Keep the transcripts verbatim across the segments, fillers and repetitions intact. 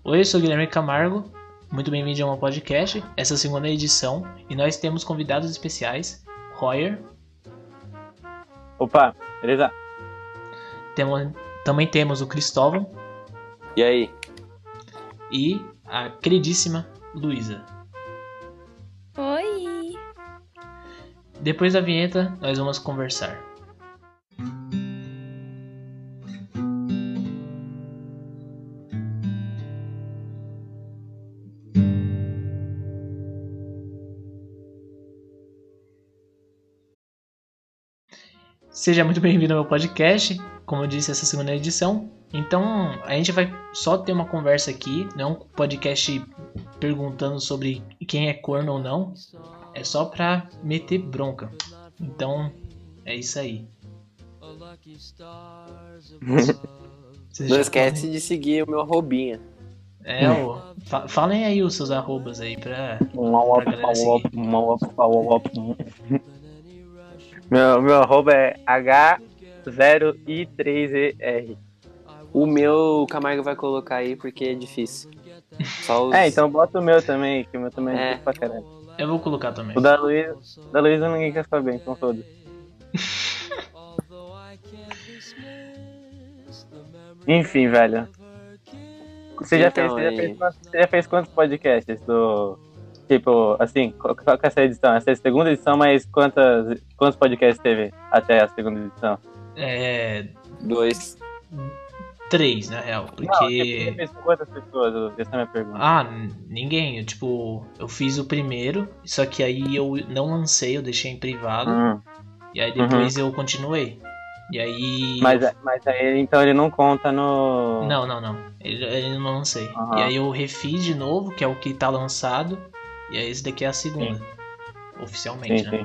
Oi, eu sou o Guilherme Camargo, muito bem-vindo ao meu podcast, essa é a segunda edição, e nós temos convidados especiais, Royer. Opa, beleza? Temos, também temos o Cristóvão. E aí? E a queridíssima Luísa. Oi! Depois da vinheta, nós vamos conversar. Seja muito bem-vindo ao meu podcast, como eu disse, essa segunda edição. Então, a gente vai só ter uma conversa aqui, não é um podcast perguntando sobre quem é corno ou não, é só pra meter bronca. Então, é isso aí. Vocês não esquece podem... de seguir o meu arrobinha. É, ó, fa- falem aí os seus arrobas aí pra, pra galera seguir. Meu, meu arroba é H zero I três E R. O meu o Camargo vai colocar aí porque é difícil. Só os... É, então bota o meu também, que o meu também é, É. difícil pra caralho. Eu vou colocar também. O da Luísa, da Luísa ninguém quer saber, então todos. Enfim, velho. Você já, Então, fez, você, já aí. fez, quantos- você já fez quantos podcasts do... Tipo, assim, qual qual que é essa edição? Essa é a segunda edição, mas quantas, quantos podcasts teve até a segunda edição? É. Dois. Três, na real, Não, tipo, porque. você fez com quantas pessoas? Essa é a minha pergunta. Ah, n- ninguém. Eu, tipo, eu fiz o primeiro, só que aí eu não lancei, eu deixei em privado. Hum. E aí depois eu continuei. E aí. Mas, eu- mas aí, então ele não conta no... Não, não, não. Ele, ele não lancei. Aham. E aí eu refiz de novo, que é o que tá lançado. E aí esse daqui é a segunda. Oficialmente, Sim, né? sim.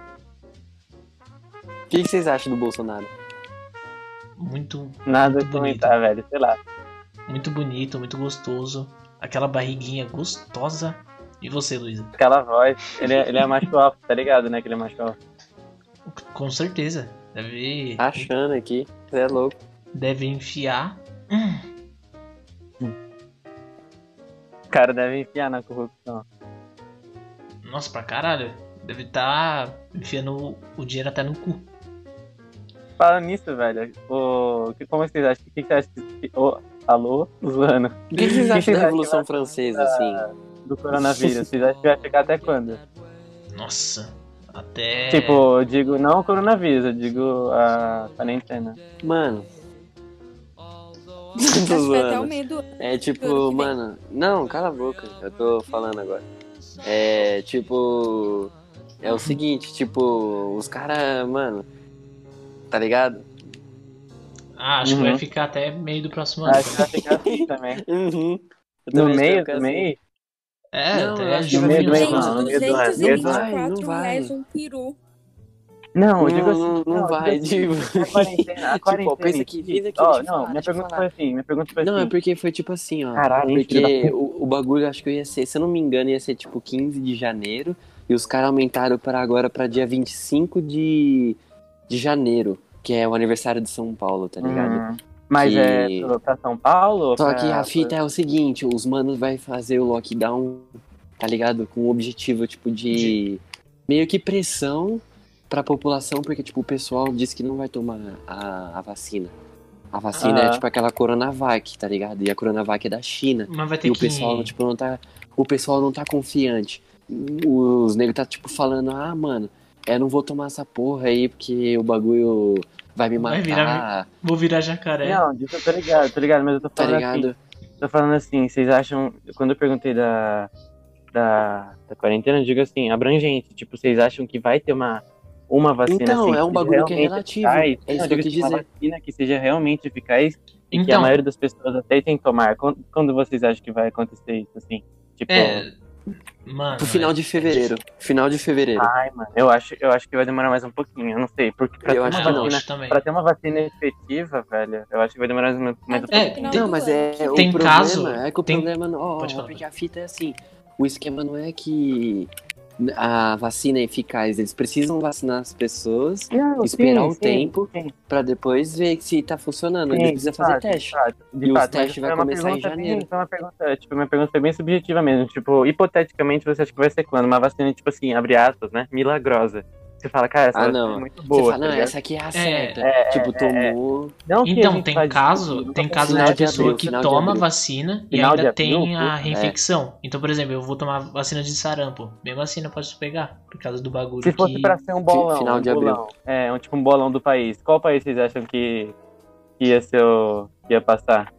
O que, que vocês acham do Bolsonaro? Muito, Nada muito a bonito. comentar, velho. Sei lá. Muito bonito, muito gostoso. Aquela barriguinha gostosa. E você, Luísa? Aquela voz. Ele é, ele é macho alfa, tá ligado, né? Que ele é macho alfa. Com certeza. Deve, Achando aqui. Você é louco. deve enfiar. Hum, O cara deve enfiar na corrupção. Nossa, pra caralho. Deve estar enfiando o- o dinheiro até no cu. Falando nisso, velho. O... que- Como vocês acham? O que que vocês acham? que- Ô, alô? Zoando. O que, que vocês que acham vocês da acham Revolução da- Francesa, assim? Do coronavírus. Vocês acham que vai ficar até quando? Nossa, até. Tipo, eu digo não o coronavírus, eu digo a quarentena. Mano. Tô Acho que vai até o zoando. meio do... É Ano tipo, que vem. mano. Não, cala a boca. Eu tô falando agora. É tipo. É o seguinte, tipo, os caras, mano. Tá ligado? Ah, acho que Uhum. vai ficar até meio do próximo ano. Acho que vai ficar assim também. Uhum. Eu No também meio espero que também? É, Não, eu até acho que junho. no meio do sei ano, lá. Gente, não, no meio do ano, no meio do ano. Não vai, não duzentos e vinte e quatro vai. reais um peru. Não, eu digo Não, assim. não, não eu vai, digo assim, tipo- A quarentena, a Tipo, quarentena. pensa que- em si- pensa que- Ó, deixa eu não, falar, minha deixa eu pergunta falar. foi assim, minha pergunta foi Não, assim. é porque foi tipo assim, ó. Caralho, hein, filho da Porque puta. o, o bagulho acho que ia ser, se eu não me engano, ia ser tipo quinze de janeiro. E os caras aumentaram para agora pra dia vinte e cinco de, de janeiro, que é o aniversário de São Paulo, tá ligado? Hum, mas Que- é pro- pra São Paulo? ou Só pra- que a fita é o seguinte, os manos vai fazer o lockdown, tá ligado? Com o objetivo, tipo, de meio que pressão pra população, porque, tipo, o pessoal diz que não vai tomar a, a vacina. A vacina é, Aham. tipo, aquela Coronavac, tá ligado? E a Coronavac é da China. Mas vai ter E o que. pessoal, tipo, não tá. O pessoal não tá confiante. Os negros tá, tipo, falando, ah, mano, eu não vou tomar essa porra aí porque o bagulho vai me Vai matar, virar Vou virar jacaré. Não, disso eu tô ligado, tô ligado, mas eu tô tá falando ligado? assim. Tô falando assim, vocês acham. Quando eu perguntei da, da, da quarentena, eu digo assim, abrangente. Tipo, vocês acham que vai ter uma, uma vacina Então, assim, é um seja bagulho que é realmente relativo. eficaz? É isso Não, que eu digo quis assim, uma dizer. vacina que seja realmente eficaz e que a Então, maioria das pessoas aceitem tomar. Quando, quando vocês acham que vai acontecer isso, assim? Tipo, é. Mano. Pro final é- de fevereiro. Final de fevereiro. ai, mano, eu acho, eu acho que vai demorar mais um pouquinho, eu não sei. Porque pra, Eu ter, acho uma que é, não. eu vacina, acho também. pra ter uma vacina efetiva, velho, eu acho que vai demorar mais, mais um Até É, o final tem- Não, do mas ano. é o Tem problema caso- é que o tem- problema não, ó, Pode ó, falar. porque a fita é assim, o esquema não é que a vacina é eficaz. Eles precisam vacinar as pessoas, Não, esperar sim, o sim, tempo sim. pra depois ver se tá funcionando. Sim, Ele precisa de fazer fato, teste. De fato, de E os fato, mas testes vai foi uma começar em pergunta janeiro. bem, foi uma pergunta, tipo, minha pergunta foi bem subjetiva mesmo. Tipo, hipoteticamente, você acha que vai ser quando? Uma vacina, tipo assim, abre aspas, né? Milagrosa. Você fala, cara, essa Ah, vacina é não. muito Você boa, fala, tá não, ligado? essa aqui é a É, certa. É, Tipo, é, é, é. tomou Não que a então, gente tem vai caso, descobrir, nunca tem foi caso Final de de pessoa abril, que final de toma abril. vacina e final de ainda abril, tem a puta. reinfecção. Então, por exemplo, eu vou tomar vacina de sarampo. Minha vacina pode pegar, por causa do Se bagulho fosse que... pra ser um Fi- bolão, Final um de abril. bolão, é, um, tipo um bolão do país, qual país vocês acham que, que ia ser o, que ia passar?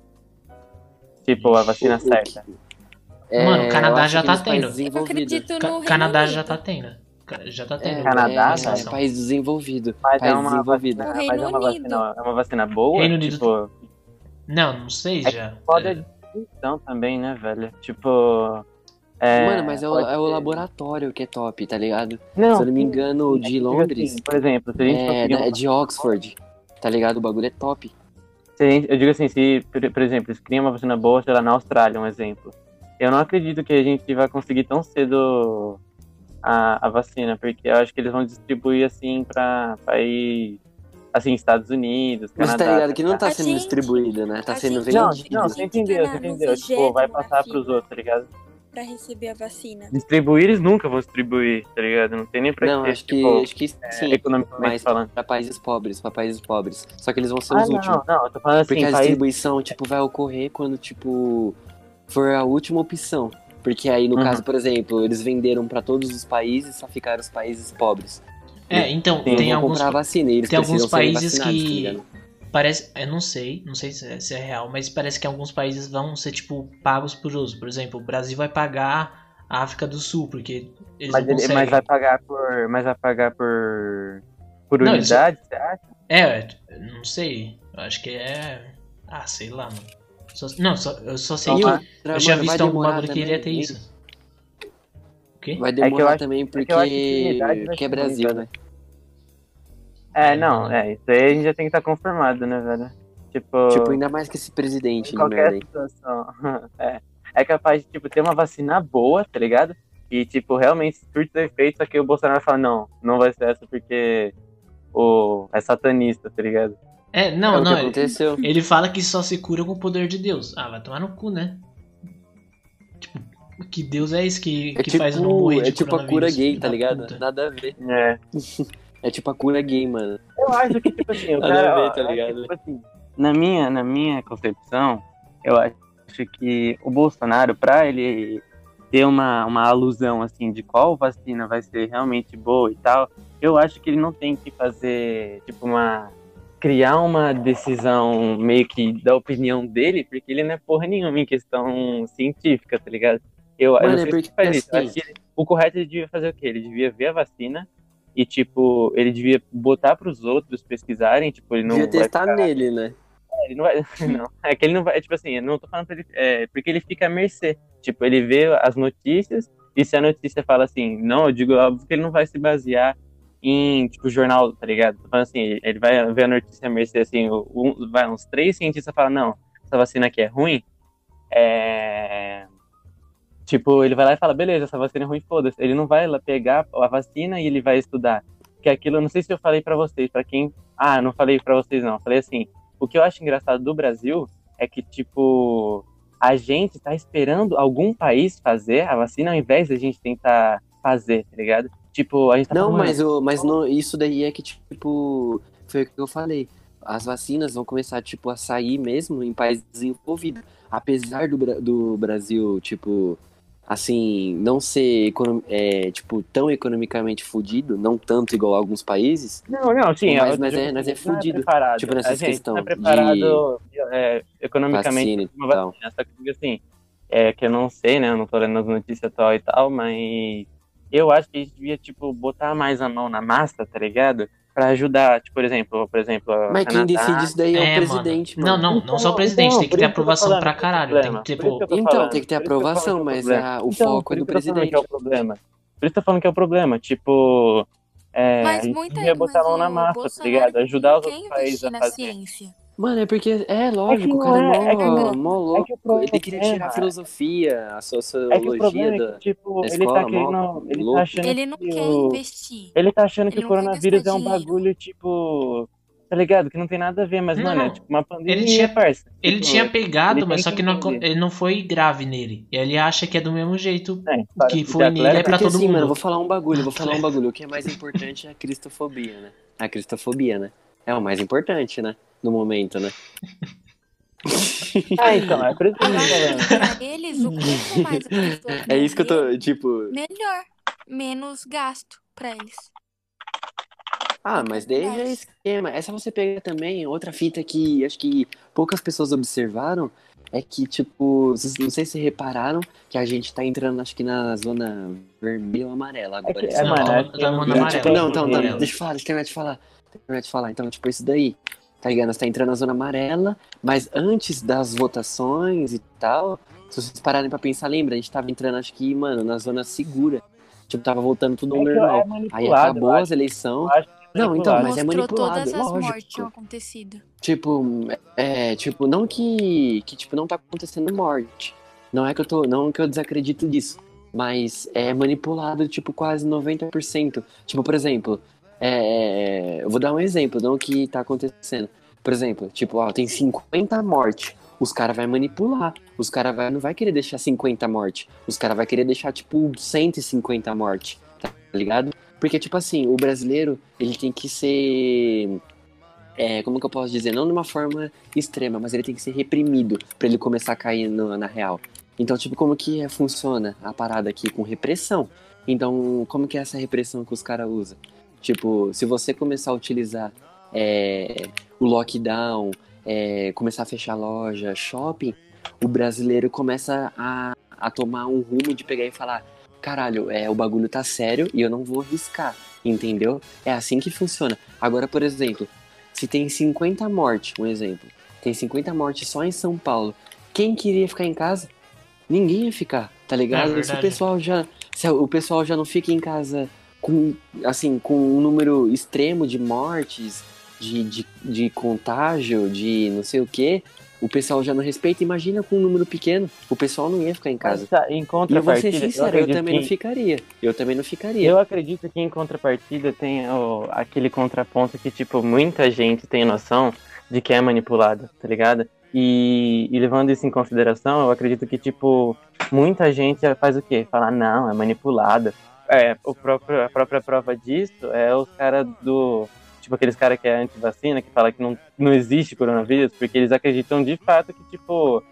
Tipo, a vacina O, o que- certa. é, Mano, o eu Canadá acho já tá aqueles países tendo. Eu desenvolvidos. acredito Ca- no Reino Canadá Unido. já tá tendo. Ca- Já tá tendo É, Canadá, é, vacinação. país desenvolvido. Mas é País uma desenvolvido. vacina, O mas Reino é uma Unido. vacina, é uma vacina boa, Reino Unido- tipo, Não, não sei É que já. pode É, a distribuição também, né, velho? Tipo, é, Mano, mas é o, pode é o ser- laboratório que é top, tá ligado? Não, Se eu não me sim, engano, o sim, é de que, tipo Londres assim, por exemplo, se a gente é, conseguir da- uma é de Oxford, tá ligado? O bagulho é top. Se a gente- eu digo assim, se, por, por exemplo, eles criam uma vacina boa, sei lá, na Austrália, um exemplo. Eu não acredito que a gente vai conseguir tão cedo a, a vacina, porque eu acho que eles vão distribuir, assim, pra, pra ir, assim, Estados Unidos, Mas Canadá. tá ligado que não tá A sendo gente- distribuído, né? Tá a sendo gente- Não, vendido. não, a você gente entendeu, tá você na- nos entendeu. Tipo, vai objetos na passar pros fila. outros, tá ligado? Pra receber a vacina. Distribuir, eles nunca vão distribuir, tá ligado? Não tem nem pra Não, quê, acho que, tipo, acho que é, sim, economicamente mas falando. pra países pobres, pra países pobres. Só que eles vão ser Ah, os últimos. não, não, eu tô falando assim, Porque a país... distribuição, tipo, vai ocorrer quando, tipo, for a última opção. Porque aí, no Uhum. caso, por exemplo, eles venderam pra todos os países, só ficaram os países pobres. É, então, Sim. tem Não vão alguns, comprar a vacina e eles tem precisam alguns serem países vacinados, tá que ligado? parece, eu não sei, não sei se é, se é real, mas parece que alguns países vão ser tipo pagos por uso. Por exemplo, o Brasil vai pagar a África do Sul porque eles Mas, não ele, conseguem. mas vai pagar por. Mas vai pagar por. Por Não, unidade, você acha? É, eu não sei. Eu acho que é, ah, sei lá, mano. Só- não, só, eu só sei E que outra, eu tinha mano, vai visto algum demorar bagulho que iria ter também. isso. O quê? Vai que eu demorar acho- também é que eu acho que unidade porque, vai porque é ser Brasil, ruim, né? É, não, é. Isso aí a gente já tem que estar confirmado, né, velho? Tipo. Tipo, ainda mais que esse presidente em de merda qualquer aí. situação. É. É capaz de, tipo, ter uma vacina boa, tá ligado? E, tipo, realmente surtir efeito, só que o Bolsonaro fala, não, não vai ser essa porque o... é satanista, tá ligado? É, É não, o que não. Ele, aconteceu. ele fala que só se cura com o poder de Deus. Ah, vai tomar no cu, né? Tipo, que Deus é esse que, É que faz eu não morrer tipo, de é tipo a cura coronavírus, gay, filho tá da ligado? puta. Nada a ver. É. É tipo a cura gay, mano. Eu acho que, tipo assim, o Nada cara, a ver, ó, tá eu acho que, ligado? tipo assim, na minha, na minha concepção, eu acho que o Bolsonaro, pra ele ter uma, uma alusão, assim, de qual vacina vai ser realmente boa e tal, eu acho que ele não tem que fazer, tipo, uma... criar uma decisão meio que da opinião dele, porque ele não é porra nenhuma em questão científica, tá ligado? Eu, eu Mano, não é sei se ele porque, faz isso. Eu assim- acho que ele- o correto ele devia fazer o quê? Ele devia ver a vacina e, tipo, ele devia botar pros outros pesquisarem, tipo, ele não Devia vai testar ficar- nele, né? ele não vai, não, é que ele não vai, tipo assim, eu não tô falando pra ele, é, porque ele fica à mercê, tipo, ele vê as notícias, e se a notícia fala assim, não, eu digo, óbvio que ele não vai se basear em, tipo, jornal, tá ligado? Tô falando assim, ele vai ver a notícia à mercê, assim, um, vai, uns três cientistas falam, não, essa vacina aqui é ruim, é... tipo, ele vai lá e fala, beleza, essa vacina é ruim, foda-se, ele não vai lá pegar a vacina e ele vai estudar, que aquilo, eu não sei se eu falei pra vocês, pra quem, ah, não falei pra vocês não, eu falei assim, o que eu acho engraçado do Brasil é que, tipo, a gente tá esperando algum país fazer a vacina ao invés da gente tentar fazer, tá ligado? Tipo, a gente tá Não, falando, mas, o, mas no, isso daí é que, tipo, foi o que eu falei. As vacinas vão começar, tipo, a sair mesmo em países desenvolvidos. Apesar do, Bra- do Brasil, tipo, assim, não ser, econo- é, tipo, tão economicamente fudido, não tanto igual a alguns países. Não, não, sim, Mas eu nós digo é- nós é assim, não fudido, preparado. tipo, nessas a gente questão não é preparado é, economicamente vacina e pra uma tal. vacina, só que eu digo assim, é que eu não sei, né, eu não tô lendo as notícias atual e tal, mas eu acho que a gente devia, tipo, botar mais a mão na massa, tá ligado? Pra ajudar, tipo, por exemplo, por exemplo, a Mas quem Canadá. decide isso daí é, o É, presidente, mano. mano. Não, não, não só o presidente, Então, tem que por ter isso que eu tô aprovação falando pra que esse é o caralho. Tem problema. que ter, Por isso pô. que eu tô Então, falando, tem que ter por isso que eu falo aprovação, que é o mas problema. a- o Então, foco por é do isso que eu tô falando que é o presidente. problema. Por isso que eu tô falando que é o problema. Tipo, é, a Mas gente muita devia botar a mão na mas o massa, tá Bolsonaro ligado? Ajudar os não outros quer países investir a na fazer. ciência. Mano, é porque, é lógico, o não cara é é- é que mó, não- mó É que o louco. Ele queria tirar problema. a filosofia, a É que o sociologia problema é que, da, tipo, da ele tá escola, mó querendo. Ele tá louco. achando Ele não que quer o. investir. Ele tá achando que Ele o não quer gastar coronavírus é um dinheiro. bagulho, tipo. Tá ligado? Que não tem nada a ver, mas, mano, é Não, tipo uma ele pandemia, tinha, parça. ele Tipo, tinha ele pegado, mas tem só que que não, entender. ele não foi grave nele. E ele acha que é do mesmo jeito É, história que de foi nele, é É atleta. pra porque todo assim, mano, eu vou mundo. falar um bagulho, eu vou falar um bagulho. O que é mais importante é a cristofobia, né? A cristofobia, né? É o mais importante, né? No momento, né? Ah, então, é por isso que eu Eu tô acho falando. que pra eles, o quanto mais as pessoas É isso que eu morrerem, tô, tipo. melhor. Menos gasto pra eles. Ah, É que é mas daí já é verdade. esquema. Essa você pega também, outra fita que acho que poucas pessoas observaram é que, tipo, vocês- não sei se repararam que a gente tá entrando, acho que na zona vermelha ou amarela É agora que, é, esse Não, ano. mano, tava, acho que é tava um no E, dia tipo, amarelo. não, então, não, Amarelo. deixa eu falar, deixa eu terminar de falar. Deixa eu terminar de falar. Então, tipo, isso daí, tá ligado? Você tá entrando na zona amarela, mas antes das votações e tal, se vocês pararem pra pensar, lembra, a gente tava entrando, acho que, mano, na zona segura. Tipo, tava voltando tudo ao É que é normal. Aí manipulado, eu acabou acho. as eleições. Eu acho que é Não, então, manipulado. mas é Mostrou manipulado, todas as mortes que tinham lógico. acontecido. Tipo, é, tipo, não que, que tipo, não tá acontecendo morte. Não é que eu tô, não que eu desacredito disso, mas é manipulado, tipo, quase noventa por cento. Tipo, por exemplo, é, eu vou dar um exemplo, não o que tá acontecendo. Por exemplo, tipo, ó, tem cinquenta mortes. Os caras vai manipular. Os caras vai, não vai querer deixar cinquenta mortes. Os caras vai querer deixar, tipo, cento e cinquenta mortes, tá ligado? Porque, tipo assim, o brasileiro, ele tem que ser é, como que eu posso dizer, não de uma forma extrema, mas ele tem que ser reprimido pra ele começar a cair no- na real. Então, tipo, como que é- funciona a parada aqui com repressão? Então, como que é essa repressão que os caras usam? Tipo, se você começar a utilizar é, o lockdown, é, começar a fechar loja, shopping, o brasileiro começa a, a tomar um rumo de pegar e falar: caralho, é, o bagulho tá sério e eu não vou arriscar, entendeu? É assim que funciona. Agora, por exemplo, se tem cinquenta mortes, um exemplo, tem cinquenta mortes só em São Paulo, quem queria ficar em casa? Ninguém ia ficar, tá É ligado? Se o verdade. pessoal já, se o pessoal já não fica em casa com, assim, com um número extremo de mortes, de, de, de contágio, de não sei o que, o pessoal já não respeita. Imagina com um número pequeno, o pessoal não ia ficar em casa. Mas tá, em E eu vou ser contrapartida, eu sincero, eu acredito também não que ficaria. Eu também não ficaria. eu acredito que em contrapartida tem ó, aquele contraponto que, tipo, muita gente tem noção de que é manipulado, tá ligado? E, e levando isso em consideração, eu acredito que, tipo, muita gente faz o quê? Fala, não, é manipulado. É, o próprio, a própria prova disso é os caras do. Tipo, aqueles caras que é anti-vacina, que fala que não, não existe coronavírus, porque eles acreditam de fato que, tipo,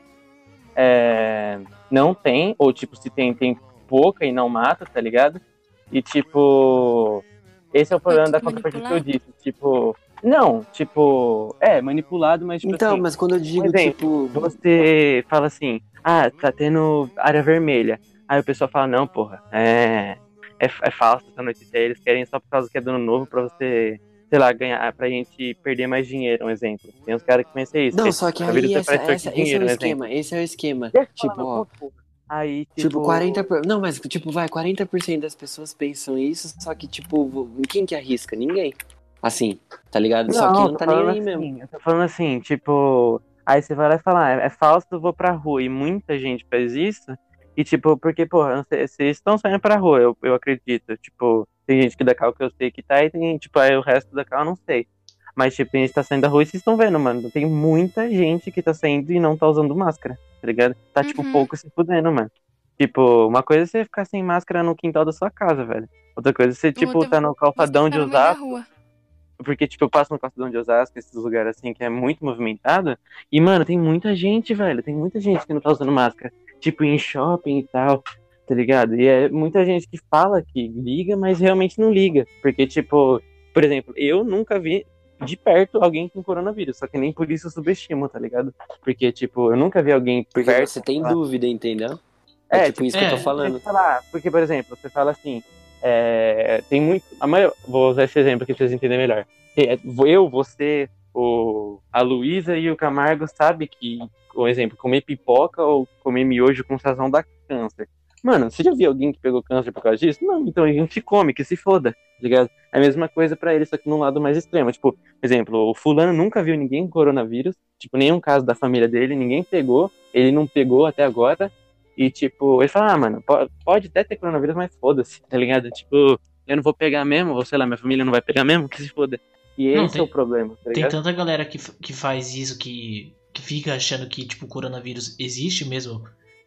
é, não tem, ou, tipo, se tem, tem pouca e não mata, tá ligado? E, tipo, esse é o Foi problema da tudo contrapartida que eu manipulado? disse. Tipo, não, tipo, é manipulado, mas, tipo Então, assim, mas quando eu um digo, exemplo, tipo, você fala assim, ah, tá tendo área vermelha. Aí o pessoal fala, não, porra, é, é, é falso essa notícia aí, eles querem só por causa que é do ano novo pra você, sei lá, ganhar, pra gente perder mais dinheiro, um exemplo. Tem uns caras que pensam isso, não, que só que a vírus aí é pra essa, extorquir essa, esse é o dinheiro, um exemplo. esquema, esse é o esquema. Deixa eu falar Tipo, meu ó, ponto, porra. Aí, tipo, quarenta tipo, por... Não, mas, tipo, vai, quarenta por cento das pessoas pensam isso, só que, tipo, quem que arrisca? Ninguém. Assim, tá ligado? Só quem não, não tô tá nem falando aí mesmo. assim, eu tô falando assim, tipo, aí você vai lá e fala, ah, é falso, eu vou pra rua, e muita gente faz isso, e tipo, porque, porra, não sei, vocês estão saindo pra rua, eu, eu acredito, tipo, tem gente que da cal que eu sei que tá, e tem, tipo, aí o resto da cal eu não sei. Mas, tipo, tem gente que tá saindo da rua e vocês estão vendo, mano, tem muita gente que tá saindo e não tá usando máscara, tá ligado? Tá, tipo, Uhum. pouco se fudendo, mano. Tipo, uma coisa é você ficar sem máscara no quintal da sua casa, velho. Outra coisa é você, tipo, Outra tá no você calçadão ficar de no meio da Osasco, rua. porque, tipo, eu passo no Calçadão de Osasco, esses lugares assim, que é muito movimentado. E, mano, tem muita gente, velho. Tem muita gente que não tá usando máscara. Tipo, em shopping e tal, tá ligado? E é muita gente que fala que liga, mas realmente não liga. Porque, tipo, por exemplo, eu nunca vi de perto alguém com coronavírus. Só que nem por isso eu subestimo, tá ligado? Porque, tipo, eu nunca vi alguém Porque perto. você tem Falar, dúvida, entendeu? É é, tipo tipo, isso que eu tô É, você falando. falar. Porque, por exemplo, você fala assim, é, tem muito. A maior, vou usar esse exemplo aqui pra vocês entenderem melhor. É, eu, você, o, a Luísa e o Camargo sabe que, por exemplo, comer pipoca ou comer miojo com sazão dá câncer. Mano, você já viu alguém que pegou câncer por causa disso? Não, então a gente come, que se foda, tá ligado? É a mesma coisa pra ele, só que num lado mais extremo. Tipo, por exemplo, o fulano nunca viu ninguém com coronavírus, tipo, nenhum caso da família dele, ninguém pegou, ele não pegou até agora, e tipo, ele fala, ah, mano, pode, pode até ter coronavírus, mas foda-se, tá ligado? Tipo, eu não vou pegar mesmo, ou sei lá, minha família não vai pegar mesmo, que se foda. E Não, esse tem- é o problema, tá Tem ligado? tanta galera que, f- que faz isso, que, que fica achando que, tipo, o coronavírus existe mesmo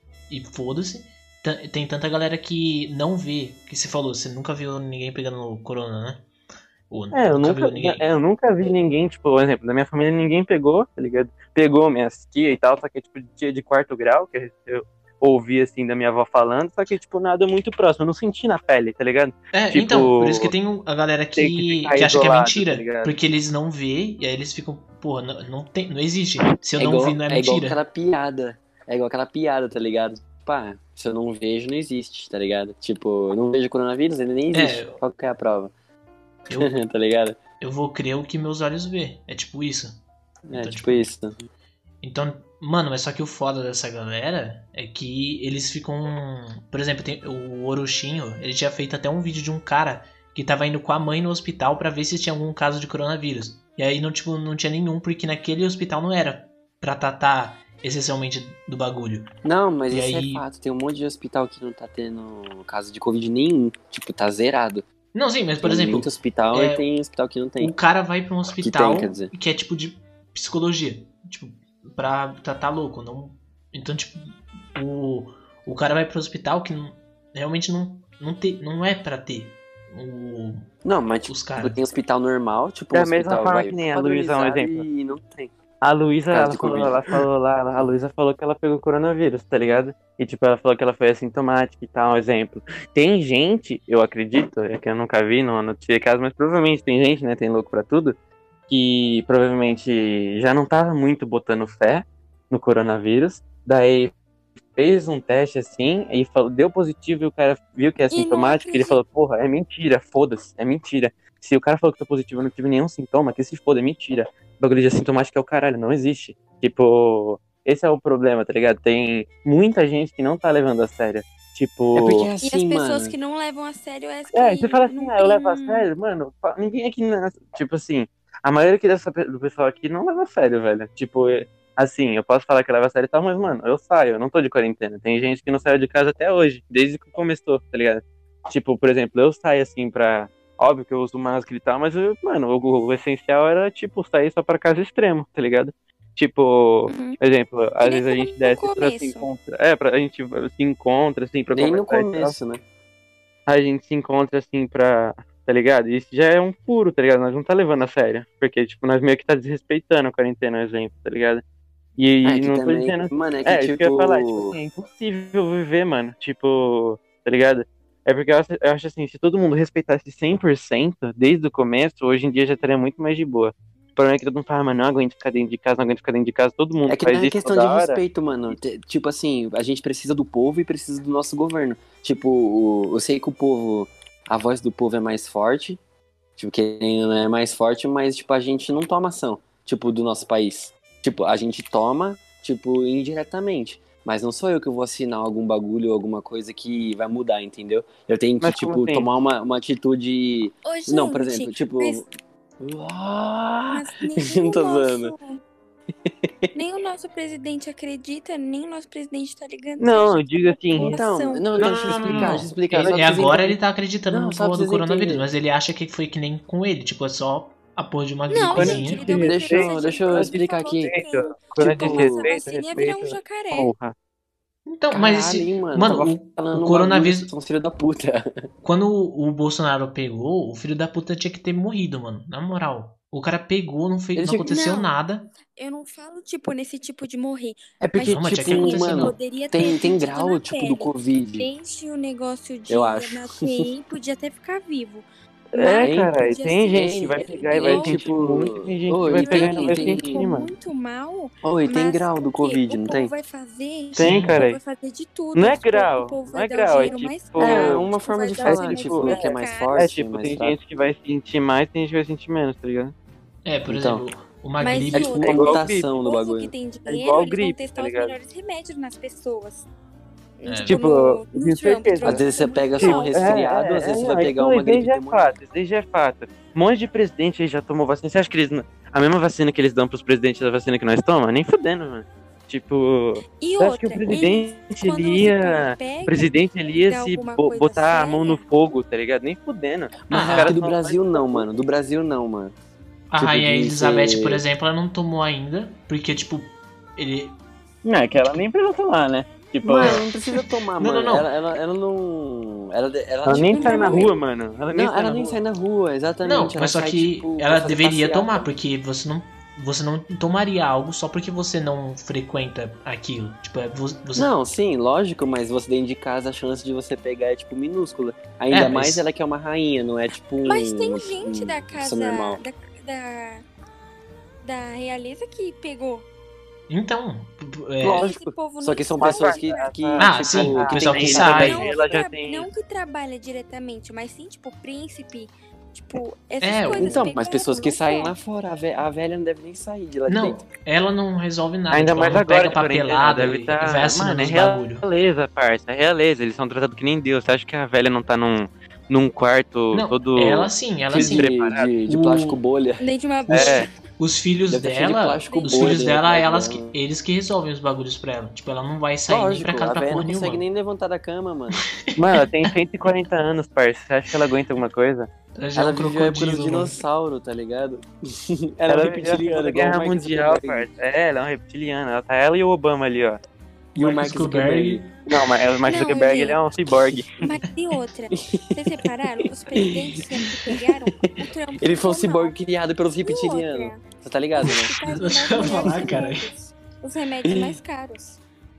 e foda-se. Ta- Tem tanta galera que não vê, que você falou, você nunca viu ninguém pegando corona, né? Ou É, eu nunca nunca, viu ninguém. é, eu nunca vi ninguém, tipo, por exemplo, da minha família ninguém pegou, tá ligado? Pegou minhas tia e tal, só que é tipo tia de quarto grau, que eu ouvi assim da minha avó falando, só que tipo nada muito próximo, eu não senti na pele, tá ligado? É, tipo, então, por isso que tem um- a galera tem que que, ficar que acha que é isolado, mentira. tá ligado? Porque eles não vê e aí eles ficam, porra, não, não, tem, não existe. Se eu É não igual, vi, não é é igual mentira. aquela piada. É igual aquela piada, tá ligado? Pá, se eu não vejo, não existe, tá ligado? Tipo, eu não vejo coronavírus, ele nem existe. É. Qual que é a prova? Eu, Tá ligado? eu vou crer o que meus olhos vê. É tipo isso. É, Então, tipo tipo, isso. Então, mano, mas só que o foda dessa galera é que eles ficam. Por exemplo, tem o Orochinho, ele tinha feito até um vídeo de um cara que tava indo com a mãe no hospital pra ver se tinha algum caso de coronavírus. E aí não, tipo, não tinha nenhum, porque naquele hospital não era pra tratar essencialmente do bagulho. Não, mas E isso aí- é fato. Tem um monte de hospital que não tá tendo caso de Covid nenhum. Tipo, tá zerado. Não, sim, mas por Tem exemplo, muito hospital é, e tem hospital que não tem. o cara vai pra um hospital quer dizer. que é tipo de psicologia. Tipo, pra tratar louco. Não... Então, tipo, o, o cara vai pro hospital que não- realmente não, não, te, não é pra ter. O, Não, mas tipo, os caras. tem hospital normal, tipo, Da um mesma hospital forma vai que nem a Luísa, um padronizado exemplo. e não tem. A Luísa, Caso ela de falou, Covid. ela falou lá, a Luísa falou que ela pegou coronavírus, tá ligado? E tipo, ela falou que ela foi assintomática e tal, um exemplo. Tem gente, eu acredito, é que eu nunca vi, não anotei caso, mas provavelmente tem gente, né, tem louco pra tudo, que provavelmente já não tava muito botando fé no coronavírus, daí fez um teste assim, e falou, deu positivo e o cara viu que é não assintomático, e ele acredito. falou, porra, é mentira, foda-se, é mentira. Se o cara falou que tô positivo e não tive nenhum sintoma, que se foda, é mentira. O bagulho de assintomático é o caralho, não existe. Tipo, esse é o problema, tá ligado? Tem muita gente que não tá levando a sério. Tipo. É porque é E as assim, pessoas mano. que não levam a sério é as que É, você fala assim, não ah, eu levo a tem- sério, mano. fa- Ninguém aqui. na- Tipo assim, a maioria aqui dessa, pe- do pessoal aqui não leva a sério, velho. Tipo, é- assim, eu posso falar que leva a sério e tal, mas, mano, eu saio, eu não tô de quarentena. Tem gente que não saiu de casa até hoje, desde que começou, tá ligado? Tipo, por exemplo, eu saio assim pra. Óbvio que eu uso máscara e tal, mas, eu, mano, o, o essencial era, tipo, sair só pra caso extremo, tá ligado? Tipo, Uhum. por exemplo, às nem vezes a como gente no desce pra se começo. encontrar. É, pra, a gente se encontra, assim, pra Nem no conversar e tal. começo, né? A gente se encontra assim pra. Tá ligado? Isso já é um furo, tá ligado? Nós não tá levando a sério. Porque, tipo, nós meio que tá desrespeitando a quarentena, por exemplo, tá ligado? E É que não tô também, dizendo. mano, é que É, tipo. isso que eu ia falar, tipo assim, é impossível viver, mano. Tipo, tá ligado? É porque eu acho, eu acho assim, se todo mundo respeitasse cem por cento desde o começo, hoje em dia já estaria muito mais de boa. O problema é que todo mundo fala, mano, não aguento ficar dentro de casa, não aguento ficar dentro de casa, todo mundo É que faz não é isso questão toda de hora. respeito, mano. T- Tipo assim, a gente precisa do povo e precisa do nosso governo. Tipo, o- eu sei que o povo, a voz do povo é mais forte, tipo, que é mais forte, mas, tipo, a gente não toma ação, tipo, do nosso país. Tipo, a gente toma, tipo, indiretamente. Mas não sou eu que vou assinar algum bagulho ou alguma coisa que vai mudar, entendeu? Eu tenho que, Mas como tipo, assim? tomar uma, uma atitude. Ô, gente, Não, por exemplo, tipo. mas, Ah, mas nem, não o tô nosso, zoando. nem o nosso presidente acredita, nem o nosso presidente tá ligando. Não, Você eu digo assim. Então, população. não, Não, então, não, deixa eu não, não, explicar, não. deixa eu explicar. Ele- só e pra vocês agora entenderem. ele tá acreditando Não, no só pra porra do vocês coronavírus, entenderem. mas ele acha que foi que nem com ele, tipo, é só a porra de uma Não, Quando gripezinha. gente, ele deu uma Deixa eu- entrevista deixa eu gigante e explicar falou aqui. que quem Quando eu Tipo, disse tomasse a respeito, vacina ia virar um respeito. jacaré. Porra. Então, mas Caralho, esse. hein, mano. Mano, Tava o, falando o um coronavírus. bagulho, são filho da puta. Quando o, o Bolsonaro pegou, o filho da puta tinha que ter morrido, mano. Na moral. O cara pegou, não, fez, Ele não tinha- aconteceu Não. nada. Eu não falo, tipo, nesse tipo de morrer. É porque, Não, mas tinha que tipo, acontecer, mano, não. Poderia tem, ter tem sentido grau, na tipo, pele. do Covid. Desde o negócio de Eu acho. na T I, podia até ficar vivo. É, Mas cara, e podia tem ser gente que vai Tem- pegar e vai ou- sentir tipo, muito, e tem gente oi, que vai tem- pegar e não vai tem- sentir, ficou mano. muito mal. Oi, tem mas grau do o quê? Covid, o não povo tem? vai fazer. Tem, o cara. povo vai fazer de tudo. Não é o povo- grau, O povo não vai é dar grau, o é dinheiro mais tipo- caro. É, uma tipo, forma vai de dar falar, os remédios tipo, mais que é mais caros. forte. É, tipo, mais tem fraco. gente que vai sentir mais, tem gente que vai sentir menos, tá ligado? É, por Então. exemplo, uma Mas gripe. É tipo outra, uma igual mutação o do povo bagulho. que tem dinheiro, igual eles gripe, vão testar tá os ligado? melhores remédios nas pessoas. É. Tipo, no- eu no tenho Trump, certeza. Trump Às vezes você foi pega muito só um mal. resfriado, às vezes você vai é, pegar isso uma aí, daí gripe já é pulmonar. fato, isso daí já é fato. Um monte de presidente aí já tomou vacina. Você acha que eles. não- A mesma vacina que eles dão pros presidentes da vacina que nós tomamos? Nem fudendo, mano. Tipo, E você acha que o outra, presidente eles, quando ele você ia. pega, O presidente ele ia dá se alguma bo- coisa botar a mão no séria. fogo, tá ligado? Nem fudendo. Não, Os Ah, a- caras aqui do são- Brasil não, mano. Do Brasil não, mano. A Tipo, Rainha de Elizabeth, ser- por exemplo, ela não tomou ainda, porque, tipo, ele... Não, é que ela nem precisa tomar, né? Tipo, Mano, não precisa tomar, Não, mano. não, não. Ela, ela, ela não. Ela, ela, ela nem tipo, sai na não- rua, mano. Ela nem Não, sai ela na nem rua. sai na rua, exatamente. Não, ela mas só sai, que tipo, pra ela fazer deveria passeata. tomar, porque você não, você não tomaria algo só porque você não frequenta aquilo. Tipo, é vo- você... Não, sim, lógico, mas você dentro de casa a chance de você pegar é tipo minúscula. Ainda É, mas- mais ela que é uma rainha, não é tipo um. Mas tem um- gente um- da pessoa casa normal. da, da, da realeza que pegou. Então, é... Lógico, Esse povo só não que são sabe. pessoas que. que Ah, tipo, sim, o que pessoal tem que renda sai. também. Não, Ela que já tra- tem- não que trabalha diretamente, mas sim, tipo, príncipe. Tipo, essas É, coisas. Então, mas pegaram, pessoas que não saem só. lá fora, a, ve- a velha não deve nem sair de lá de não, dentro. ela não resolve nada. Ainda tipo, mais ela não agora, pega de quarentena, papelada deve e, estar. e vai assinando Mano, é os bagulho. realeza, parça. É realeza. Eles são tratados que nem Deus. Você acha que a velha não tá num, num quarto Não, todo. ela sim, ela de, sim. preparado. de, de O- plástico bolha. Dentro de uma É. Os filhos Deve tá cheio de dela, plástico os bolha filhos dentro dela, da elas casa. que, eles que resolvem os bagulhos pra ela. Tipo, ela não vai sair nem Lógico, pra casa a pra velha porra não nenhuma. consegue nem levantar da cama, mano. Mano, ela tem cento e quarenta anos, parça. Você acha que ela aguenta alguma coisa? Ela já é Ela um viveu a época dos crocodilo, mano. dinossauros, tá ligado? Ela é Ela um reptiliana, da igual o Guerra Mark Mundial, Zuckerberg. parça. É, ela é um reptiliana. Ela tá ela e o Obama ali, ó. E o Mark Mark Zuckerberg. Zuckerberg. Não, mas o Mark Não, Zuckerberg, gente. ele é um ciborgue. Mas e outra? Vocês repararam? Os presidentes que pegaram, o Trump Ele foi um ficou ciborgue mal. criado pelos E reptilianos. outra? Você tá ligado, né? Os que Deixa fazem eu mais falar, remédios cara. novos. Os remédios mais caros.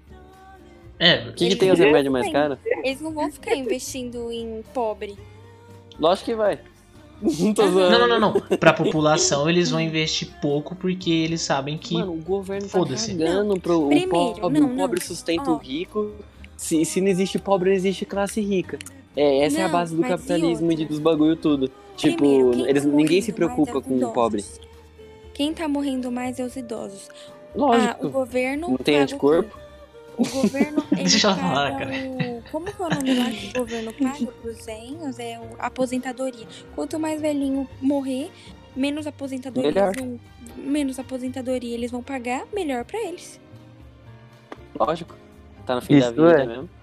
É, O que, que Eles tem os não remédios mais têm. caros? Eles não vão ficar investindo em pobre. Lógico que vai. Não tô zoando. não, não, não, não. Pra população eles vão investir pouco porque eles sabem que. Mano, o governo tá Foda-se. cagando pro o Primeiro, pobre. não, o pobre não. sustenta Ó. o rico. Se, se não existe pobre, não existe classe rica. É, essa é a Não, base do mas e capitalismo e de- outra? dos bagulho tudo. Tipo, Primeiro, quem eles, tá ninguém se morrendo mais preocupa é os com o idosos. pobre. Quem tá morrendo mais é os idosos. Ah, Lógico. o governo. Não tem paga anticorpo? O, quê? O governo. Ele Deixa ela paga falar, cara. o. Como que é o nome lá que o governo paga pros velhos? É o- a aposentadoria. Quanto mais velhinho morrer, menos aposentadoria. Melhor. Eles vão, menos aposentadoria eles vão pagar, melhor pra eles. Lógico. Tá no fim da Isso vida é. mesmo.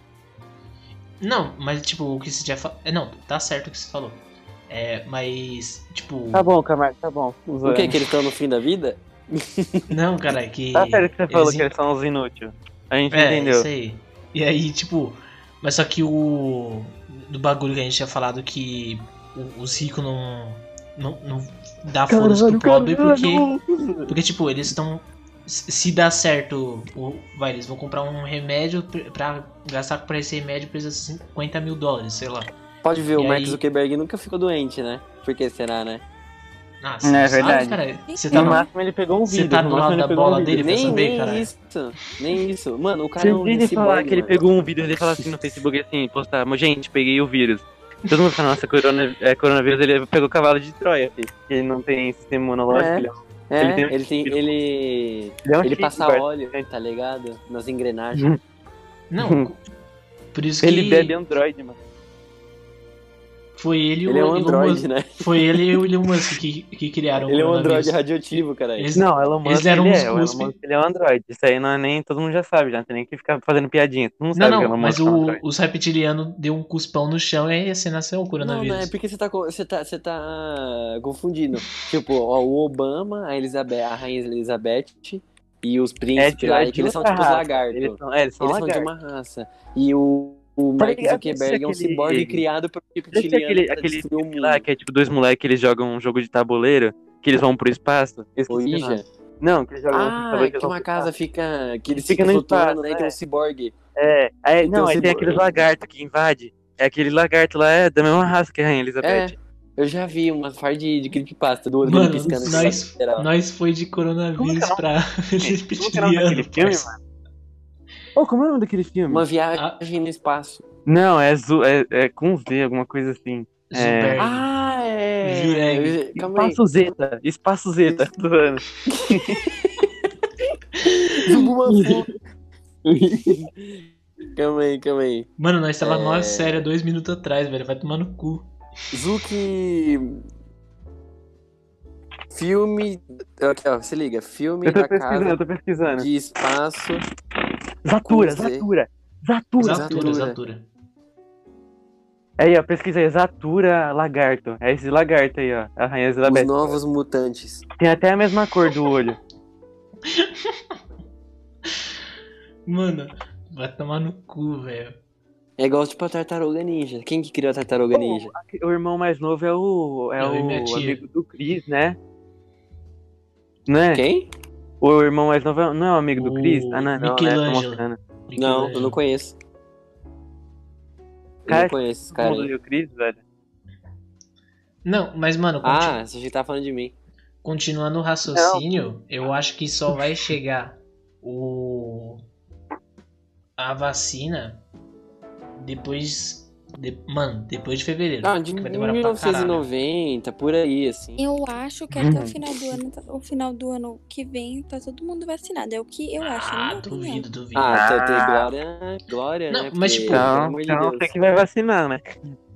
Não, mas tipo, o que você já falou. Não, tá certo o que você falou. É, mas, tipo. Tá bom, Camargo, tá bom. O que? Que eles estão no fim da vida? Não, cara, é que. Tá certo que você falou eles que eles são os inúteis. A gente É, entendeu. isso aí. E aí, tipo, mas só que o. Do bagulho que a gente tinha falado que o- os ricos não. Não, não dá foda-se pro pobre porque. Porque, tipo, eles estão. Se dá certo, o- vai, eles vão comprar um remédio pr- pra gastar pra esse remédio precisa cinquenta mil dólares, sei lá. Pode ver, E o Mark aí- Zuckerberg nunca ficou doente, né? Por que será, né? Ah, Não, é sabe, verdade. cara? Você No tá No no, máximo ele pegou um Você vídeo. tá no do máximo lado ele da pegou bola um vídeo. dele pra Nem, saber, nem caralho. isso. Nem isso. Mano, o cara Se é um um dia ele falar ciborgue, que ele mano. pegou um vídeo, ele fala assim no Facebook assim, postar, "Mas, gente, peguei o vírus. Todo mundo fala, nossa, corona, é, coronavírus, ele pegou o cavalo de Troia, filho. Ele não tem sistema imunológico, É. ele é um- É, Ele tem- ele tem. Ele, ele é um ele chip, passa parça. óleo, tá ligado? Nas engrenagens. Não, por isso que Ele bebe Android, mano. foi ele e o Ele é um Elon android, Musk- né? Foi ele e o Elon Musk que, que criaram Ele é o um android coronavírus. radioativo, cara. Eles- Não, Elon eles Musk, deram ele uns é. O Elon cuspe. Musk, ele é um Android. Isso aí não é nem... Todo mundo já sabe, já. Não tem nem que ficar fazendo piadinha. Todo mundo Não, sabe que o não, Elon mas Musk é um o, Android. os reptilianos deu um cuspão no chão e aí assim nasceu o Não, coronavírus. não, é porque você tá, co- você tá, você tá confundindo. Tipo, ó, o Obama, a Elizabeth, a rainha Elizabeth e os É príncipes de, lá, é de que eles são outra tipo os raça. lagartos. Eles são, é, eles são Eles são de lagartos. uma raça. E o, o Mark Porque- Zuckerberg é um aquele- ciborgue criado pelo Deixa reptiliano aquele, pra aquele destruir o filme lá, mundo. que é tipo dois moleques que eles jogam um jogo de tabuleiro, que eles vão pro espaço. Esqueci O o nome. Ija? Não, que eles jogam um Ah, tabuleiro que eles vão uma pro casa espaço. fica. Que eles Fica ficam no flutuando, espaço, né? né? Tem um ciborgue. É, aí, não, um aí tem ciborgue. aqueles lagartos que invade. É aquele lagarto lá, é da mesma raça que a Rainha Elizabeth. Eu já vi uma par de, de creepypasta do olho Mano, dele piscando. nós, assim, lateral. nós foi de coronavírus Como que é o pra Como que é o nome reptiliano. daquele filme, parça. mano? Ô, como é o nome daquele filme? Uma viagem no espaço. Não, é, Zu, é, é com Z, alguma coisa assim. Zuberg. Ah, é. Jureg. Calma aí. Espaço Zeta, Espaço Zeta, tô falando. Calma aí, calma aí. Mano, nós tava É. numa série há dois minutos atrás, velho. Vai tomar no cu. Zuki. Filme. Aqui, ó, se liga. Filme Eu tô da pesquisando, eu casa tô pesquisando. de espaço. Zatura, com Z. Zatura, Zatura. Zatura, Zatura. Zatura. Aí, ó, pesquisa aí, Zatura Lagarto. É esse lagarto aí, ó. A Rainha Os Elizabeth. Novos Mutantes. Tem até a mesma cor do olho. Mano, vai tomar no cu, velho. É igual tipo a Tartaruga Ninja. Quem que criou a Tartaruga Ninja? O irmão mais novo é o, é Eu e minha o tia. amigo do Chris, né? Não é? Quem? O irmão mais novo é- não é o amigo do O Chris? Ah, não, não, né? Tô Michelangelo. mostrando. Não, eu não conheço. Eu Cara, não conheço esse cara Todo mundo aí. e o Chris, velho. Não, mas, mano, conti- Ah, você já tá falando de mim. continuando o raciocínio, eu acho que só vai chegar o a vacina depois. De... Mano, depois de fevereiro. Ah, de que vai demorar mil pra novecentos e caralho. noventa, por aí, assim. Eu acho que até o final do ano, o final do ano que vem, tá todo mundo vacinado. É o que eu acho, na Ah, minha opinião. duvido, duvido. Ah, tem, tem Ah. glória, glória, Não, né? mas, Porque, tipo, pelo Então, amor de então Deus. você que vai vacinar, né?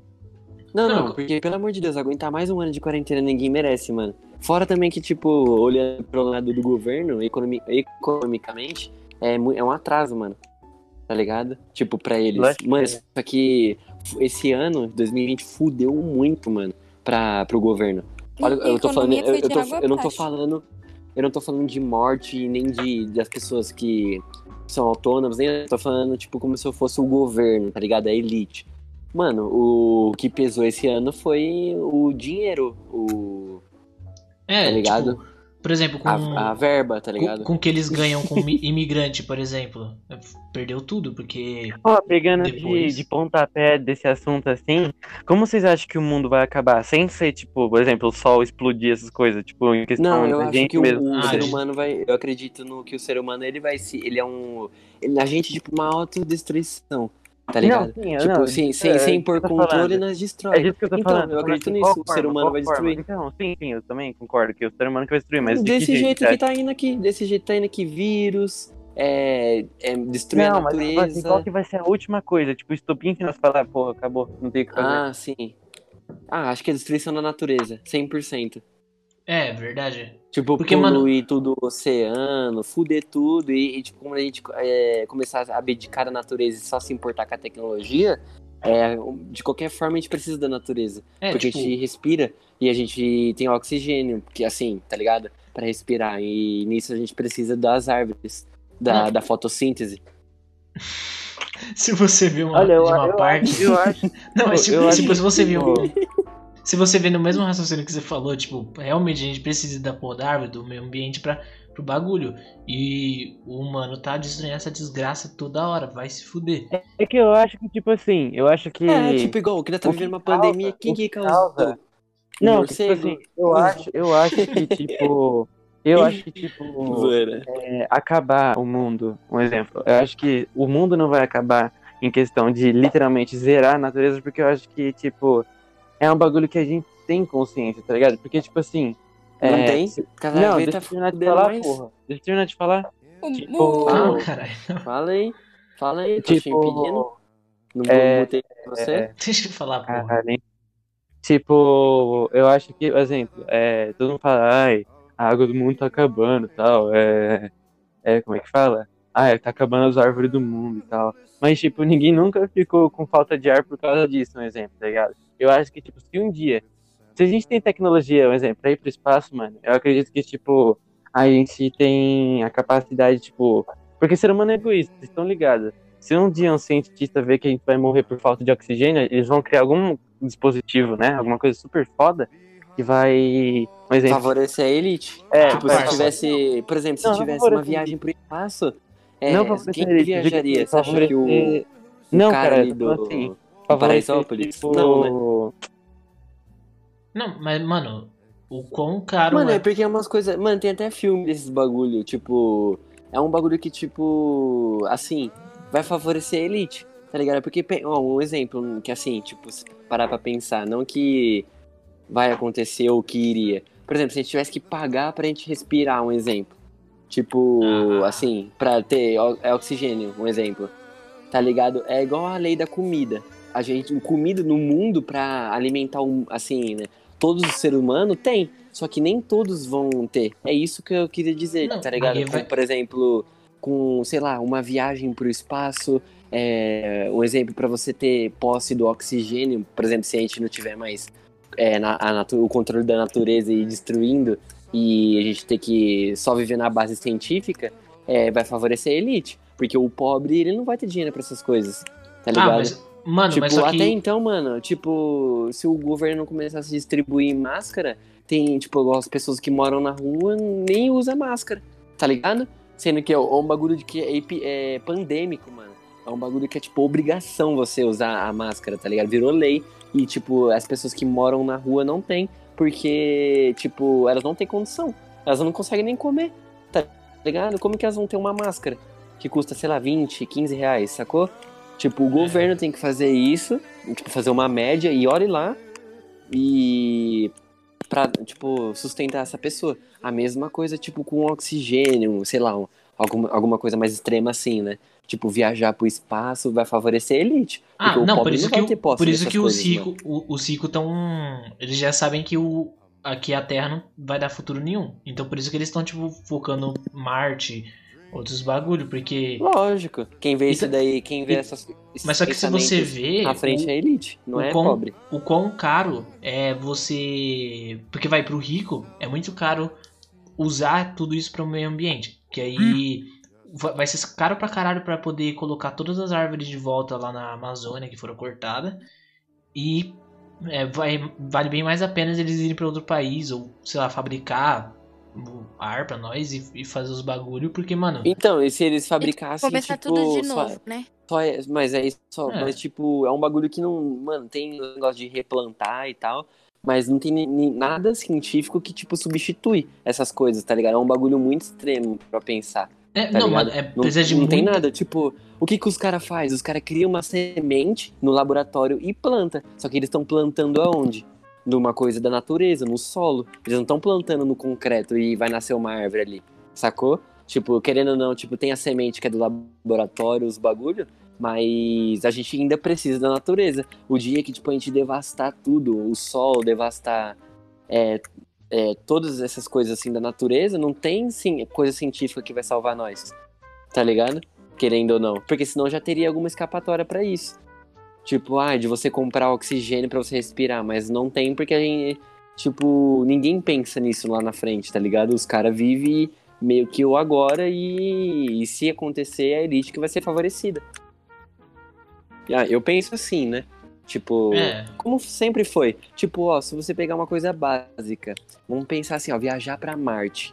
Não, Não, não, porque pelo amor de Deus, aguentar mais um ano de quarentena ninguém merece, mano. Fora também que, tipo, olhando pro lado do governo, economi- economicamente, é, mu- é um atraso, mano. Tá ligado? Tipo, pra eles. Lógico que Mano, é. só que esse ano, dois mil e vinte, fudeu muito, mano, pra, pro governo. Olha, E a eu tô falando, economia eu, foi eu de tô, água eu não tô abaixo. falando, eu não tô falando de morte nem de das pessoas que são autônomas, nem eu tô falando tipo como se eu fosse o governo, tá ligado? A elite. Mano, o que pesou esse ano foi o dinheiro, o É, tá ligado? tipo, por exemplo, com, a, a verba, tá com, ligado? com o que eles ganham com mi- imigrante, por exemplo. Perdeu tudo, porque. Ó, pegando Depois. de, de pontapé desse assunto assim, como vocês acham que o mundo vai acabar? Sem ser, tipo, por exemplo, o sol explodir, essas coisas, tipo, em questão Não, eu da acho gente que o, mesmo. o Ah, ser é. humano vai. Eu acredito no que o ser humano ele vai se. Ele é um. Ele, a gente, tipo, uma autodestruição. Tá ligado? Não, sim, eu tipo, não, sem, é, sem, é sem isso que pôr eu tô controle, falando. nós É destrói. disso que eu tô Então, falando. eu tô falando acredito assim, nisso. qual O ser forma, humano qual vai forma? destruir. Então, sim, sim, eu também concordo que o ser humano que vai destruir, mas de que Desse jeito jeito, que tá indo aqui. Desse jeito tá indo aqui. Vírus, é, é destruir Não, a mas tipo assim, natureza. qual que vai ser a última coisa? Tipo, o estopim que nós falar, porra, acabou, não tem o que fazer. Ah, sim. Ah, acho que é destruição da natureza. cem por cento. É, verdade. Tipo, Porque, mano- poluir tudo o oceano, fuder tudo e, e, tipo, quando a gente é, começar a abdicar da natureza e só se importar com a tecnologia, é, de qualquer forma a gente precisa da natureza. É, porque tipo, a gente respira e a gente tem oxigênio, que assim, tá ligado? Pra respirar. E nisso a gente precisa das árvores, da, Não. da fotossíntese. se você vê uma, Olha, eu, de uma eu parte. acho, eu acho, Não, mas tipo, eu se, acho se você que, viu. pô, Se você vê no mesmo raciocínio que você falou, tipo, realmente a gente precisa da porra da árvore, do meio ambiente pra, pro bagulho. E o humano tá destruindo essa desgraça toda hora, vai se fuder. é que eu acho que, tipo assim, eu acho que... É, tipo, igual, que nós tá o vivendo que uma pandemia, causa- quem o que que causou? causa- O Não, que, tipo morcego? assim, eu acho, eu acho que, tipo, eu acho que, tipo, Zoeira. é, acabar o mundo, um exemplo, eu acho que o mundo não vai acabar em questão de literalmente zerar a natureza, porque eu acho que, tipo, é um bagulho que a gente tem consciência, tá ligado? Porque, tipo assim... Não é, tem? se- Cada Não, vez deixa tá eu terminar de fudendo falar, mais. porra. Deixa eu terminar de falar. O- Tipo, o- Calma, Ah, caralho. Fala aí. Fala aí, tô te Tipo, impedindo. Não é, botei você. é, Deixa eu falar, porra. caralho, hein? Tipo, eu acho que, por exemplo, é, todo mundo fala, ai, a água do mundo tá acabando e tal, é, é, como é que fala? Ah, é, tá acabando as árvores do mundo e tal. Mas, tipo, ninguém nunca ficou com falta de ar por causa disso, um exemplo, tá ligado? Eu acho que, tipo, se um dia, se a gente tem tecnologia, um exemplo, pra ir pro espaço, mano, eu acredito que, tipo, a gente tem a capacidade, tipo, porque ser humano é egoísta, vocês estão ligados? Se um dia um cientista ver que a gente vai morrer por falta de oxigênio, eles vão criar algum dispositivo, né? Alguma coisa super foda que vai. Um exemplo. Favorecer a elite. É, Tipo, parça. se tivesse, por exemplo, se Não, não tivesse favorecer uma viagem pro espaço, é, não favorecer quem a elite, viajaria? Você acha que o, favorecer- o Não, cara cara, ali eu tô falando do, assim, do favorecer, Paraisópolis? tipo, Não, né? Não, mas, mano, o quão caro Mano, é. é porque é umas coisas... Mano, tem até filme desses bagulho, tipo... É um bagulho que, tipo... Assim, vai favorecer a elite, tá ligado? Porque, pe- ó, um exemplo que, assim, tipo, se parar pra pensar, não que vai acontecer ou que iria. Por exemplo, se a gente tivesse que pagar pra gente respirar, um exemplo. Tipo, Ah. assim, pra ter o- é oxigênio, um exemplo. tá ligado? É igual a lei da comida. A gente, o comida no mundo pra alimentar, um, assim, né? Todos os seres humanos tem, só que nem todos vão ter. É isso que eu queria dizer, Não, tá ligado? ninguém Com, vai- por exemplo, com, sei lá, uma viagem pro espaço, é, um exemplo pra você ter posse do oxigênio, por exemplo, se a gente não tiver mais é, na- a natu- o controle da natureza e ir destruindo, e a gente ter que só viver na base científica, é, vai favorecer a elite. Porque o pobre, ele não vai ter dinheiro pra essas coisas, tá ligado? Ah, mas, mano, Tipo, mas só que... até então, mano, tipo, se o governo começasse a distribuir máscara, tem, tipo, as pessoas que moram na rua nem usam máscara, tá ligado? Sendo que é um bagulho de que é, epi- é pandêmico, mano. É um bagulho que é, tipo, obrigação você usar a máscara, tá ligado? Virou lei e, tipo, as pessoas que moram na rua não tem, porque, tipo, elas não têm condição. Elas não conseguem nem comer, tá ligado? Como que elas vão ter uma máscara que custa, sei lá, vinte, quinze reais, sacou? Tipo, o governo tem que fazer isso, tipo, fazer uma média e olhe lá e pra, tipo, sustentar essa pessoa. A mesma coisa, tipo, com oxigênio, sei lá, um- alguma, alguma coisa mais extrema assim, né? Tipo, viajar pro espaço vai favorecer a elite. Ah, Porque o não, por pobre isso não que, vai ter o, posse por isso dessas que os coisas, ricos mano. o- os ricos estão... Eles já sabem que o, aqui a Terra não vai dar futuro nenhum. Então por isso que eles estão, tipo, focando Marte, outros bagulho, porque... Lógico. Quem vê E isso ta- daí, quem vê e- essas, esses Mas só que se você pensamentos vê... à frente o- é a elite, não o é quão, pobre. o quão caro é você... Porque vai pro rico, é muito caro usar tudo isso para o meio ambiente. Que aí va- vai ser caro pra caralho pra poder colocar todas as árvores de volta lá na Amazônia que foram cortadas. E é, vai, vale bem mais a pena eles irem pra outro país ou, sei lá, fabricar o ar pra nós e, e fazer os bagulho. Porque, mano, Então, e se eles fabricassem, Começar tipo, tudo de só- novo, né? Só é, mas é isso só. É. Mas, tipo, é um bagulho que não. Mano, tem o negócio de replantar e tal. Mas não tem ni- ni- nada científico que, tipo, substitui essas coisas, tá ligado? É um bagulho muito extremo pra pensar. é, Tá não, ligado? mano, é, Não, precisa de não tem muita... nada. Tipo, o que, que os caras fazem? Os caras criam uma semente no laboratório e planta. Só que eles estão plantando aonde? Numa coisa da natureza, no solo. Eles não estão plantando no concreto e vai nascer uma árvore ali. Sacou? Tipo, querendo ou não, tipo, tem a semente que é do laboratório, os bagulho, mas a gente ainda precisa da natureza. O dia que, tipo, a gente devastar tudo, o sol, devastar é, é, todas essas coisas, assim, da natureza, não tem, sim, coisa científica que vai salvar nós. Tá ligado? Querendo ou não. Porque senão já teria alguma escapatória pra isso. Tipo, ah, de você comprar oxigênio pra você respirar, mas não tem porque a gente, tipo, ninguém pensa nisso lá na frente, tá ligado? Os caras vivem meio que o agora e, e se acontecer, é a elite que vai ser favorecida. Ah, eu penso assim, né? Tipo, É. como sempre foi. Tipo, ó, se você pegar uma coisa básica, vamos pensar assim, ó, viajar pra Marte.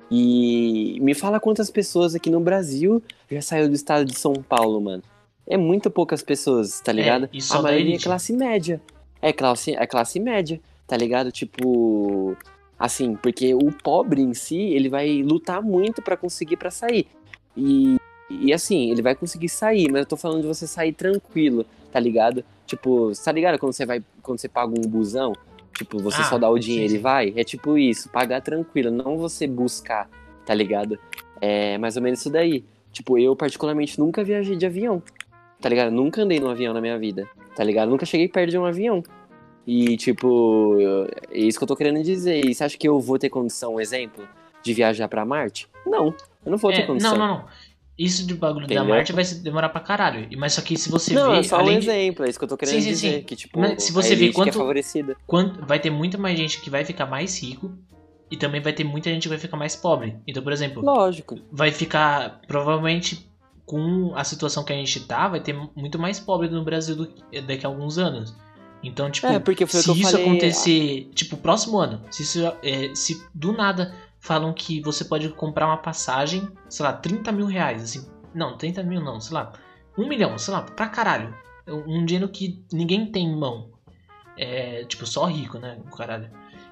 E me fala quantas pessoas aqui no Brasil já saiu do estado de São Paulo, mano. É muito poucas pessoas, tá ligado? e só A da maioria é elite. classe média. É classe, é classe média, tá ligado? Tipo, assim, porque o pobre em si, ele vai lutar muito pra conseguir pra sair. E, e assim, ele vai conseguir sair, mas eu tô falando de você sair tranquilo, tá ligado? Tipo, tá ligado quando você vai, quando você paga um busão? Tipo, você Ah, só dá o sim, dinheiro sim. e vai? É tipo isso, pagar tranquilo, não você buscar, tá ligado? É mais ou menos isso daí. Tipo, eu particularmente nunca viajei de avião, tá ligado? Nunca andei num avião na minha vida, tá ligado? Nunca cheguei perto de um avião. E, tipo, eu- é isso que eu tô querendo dizer. E você acha que eu vou ter condição, um exemplo, de viajar pra Marte? Não, eu não vou ter É, condição. não, não, não. Isso de bagulho Entendeu? da Marte vai se demorar pra caralho. E- Mas só que se você Não, vê, é só um além de exemplo, é isso que eu tô querendo Sim, sim, dizer. sim. Que, tipo, Mas se a você vê elite que é quanto- favorecida. quanto, vai ter muita mais gente que vai ficar mais rico e também vai ter muita gente que vai ficar mais pobre. Então, por exemplo, Lógico. vai ficar provavelmente com a situação que a gente tá, vai ter muito mais pobre no Brasil do que daqui a alguns anos. Então, tipo, É, porque foi o se que eu isso falei, acontecer, tipo, próximo ano, se isso é, se do nada falam que você pode comprar uma passagem, sei lá, trinta mil reais, assim, não, trinta mil não, sei lá, um milhão, sei lá, pra caralho. Um dinheiro que ninguém tem em mão. É, tipo, só rico, né, caralho.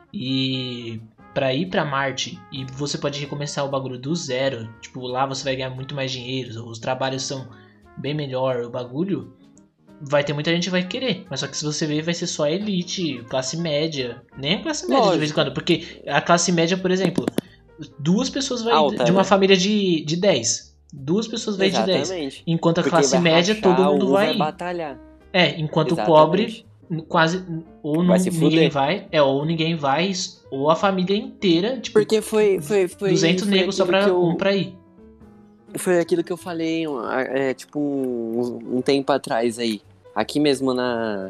E pra ir pra Marte, e você pode recomeçar o bagulho do zero, tipo, lá você vai ganhar muito mais dinheiro, os trabalhos são bem melhor, o bagulho, vai ter muita gente que vai querer. Mas só que se você ver, vai ser só elite, classe média, nem a classe média de Lógico. vez em quando, porque a classe média, por exemplo, duas pessoas vai Alta, de uma né? família de, de dez. duas pessoas vêm de dez. Exatamente. Enquanto a Porque classe vai média, rachar, todo mundo um vai vai ir. batalhar. É, enquanto o Exatamente. pobre, quase, ou não, Vai se ninguém fuder. vai, é, ou ninguém vai, ou a família inteira, tipo, Porque foi, foi, foi, duzentos foi negros só aquilo pra que eu- um pra ir. Foi aquilo que eu falei, um, é, tipo, um, um tempo atrás aí. Aqui mesmo na...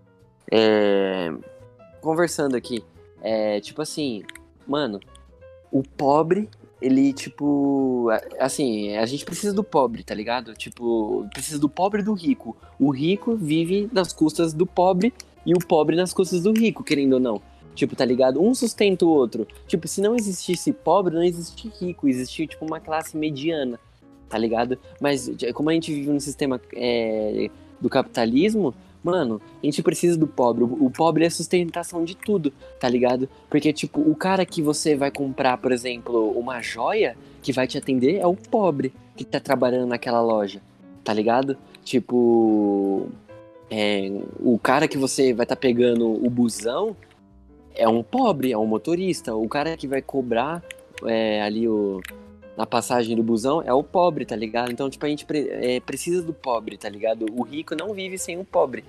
é, conversando aqui. É, tipo assim, mano, o pobre, ele, tipo... a- Assim, a gente precisa do pobre, tá ligado? Tipo, precisa do pobre e do rico. O rico vive nas custas do pobre e o pobre nas custas do rico, querendo ou não. Tipo, tá ligado? Um sustenta o outro. Tipo, se não existisse pobre, não existia rico. Existia, tipo, uma classe mediana, tá ligado? Mas como a gente vive no sistema é, do capitalismo, mano, a gente precisa do pobre. O, o pobre é a sustentação de tudo, tá ligado? Porque, tipo, o cara que você vai comprar, por exemplo, uma joia, que vai te atender é o pobre que tá trabalhando naquela loja, tá ligado? Tipo, é, o cara que você vai estar tá pegando o busão é um pobre, é um motorista. O cara que vai cobrar é, ali o, na passagem do busão é o pobre, tá ligado? Então, tipo, a gente pre- é, precisa do pobre, tá ligado? O rico não vive sem o pobre.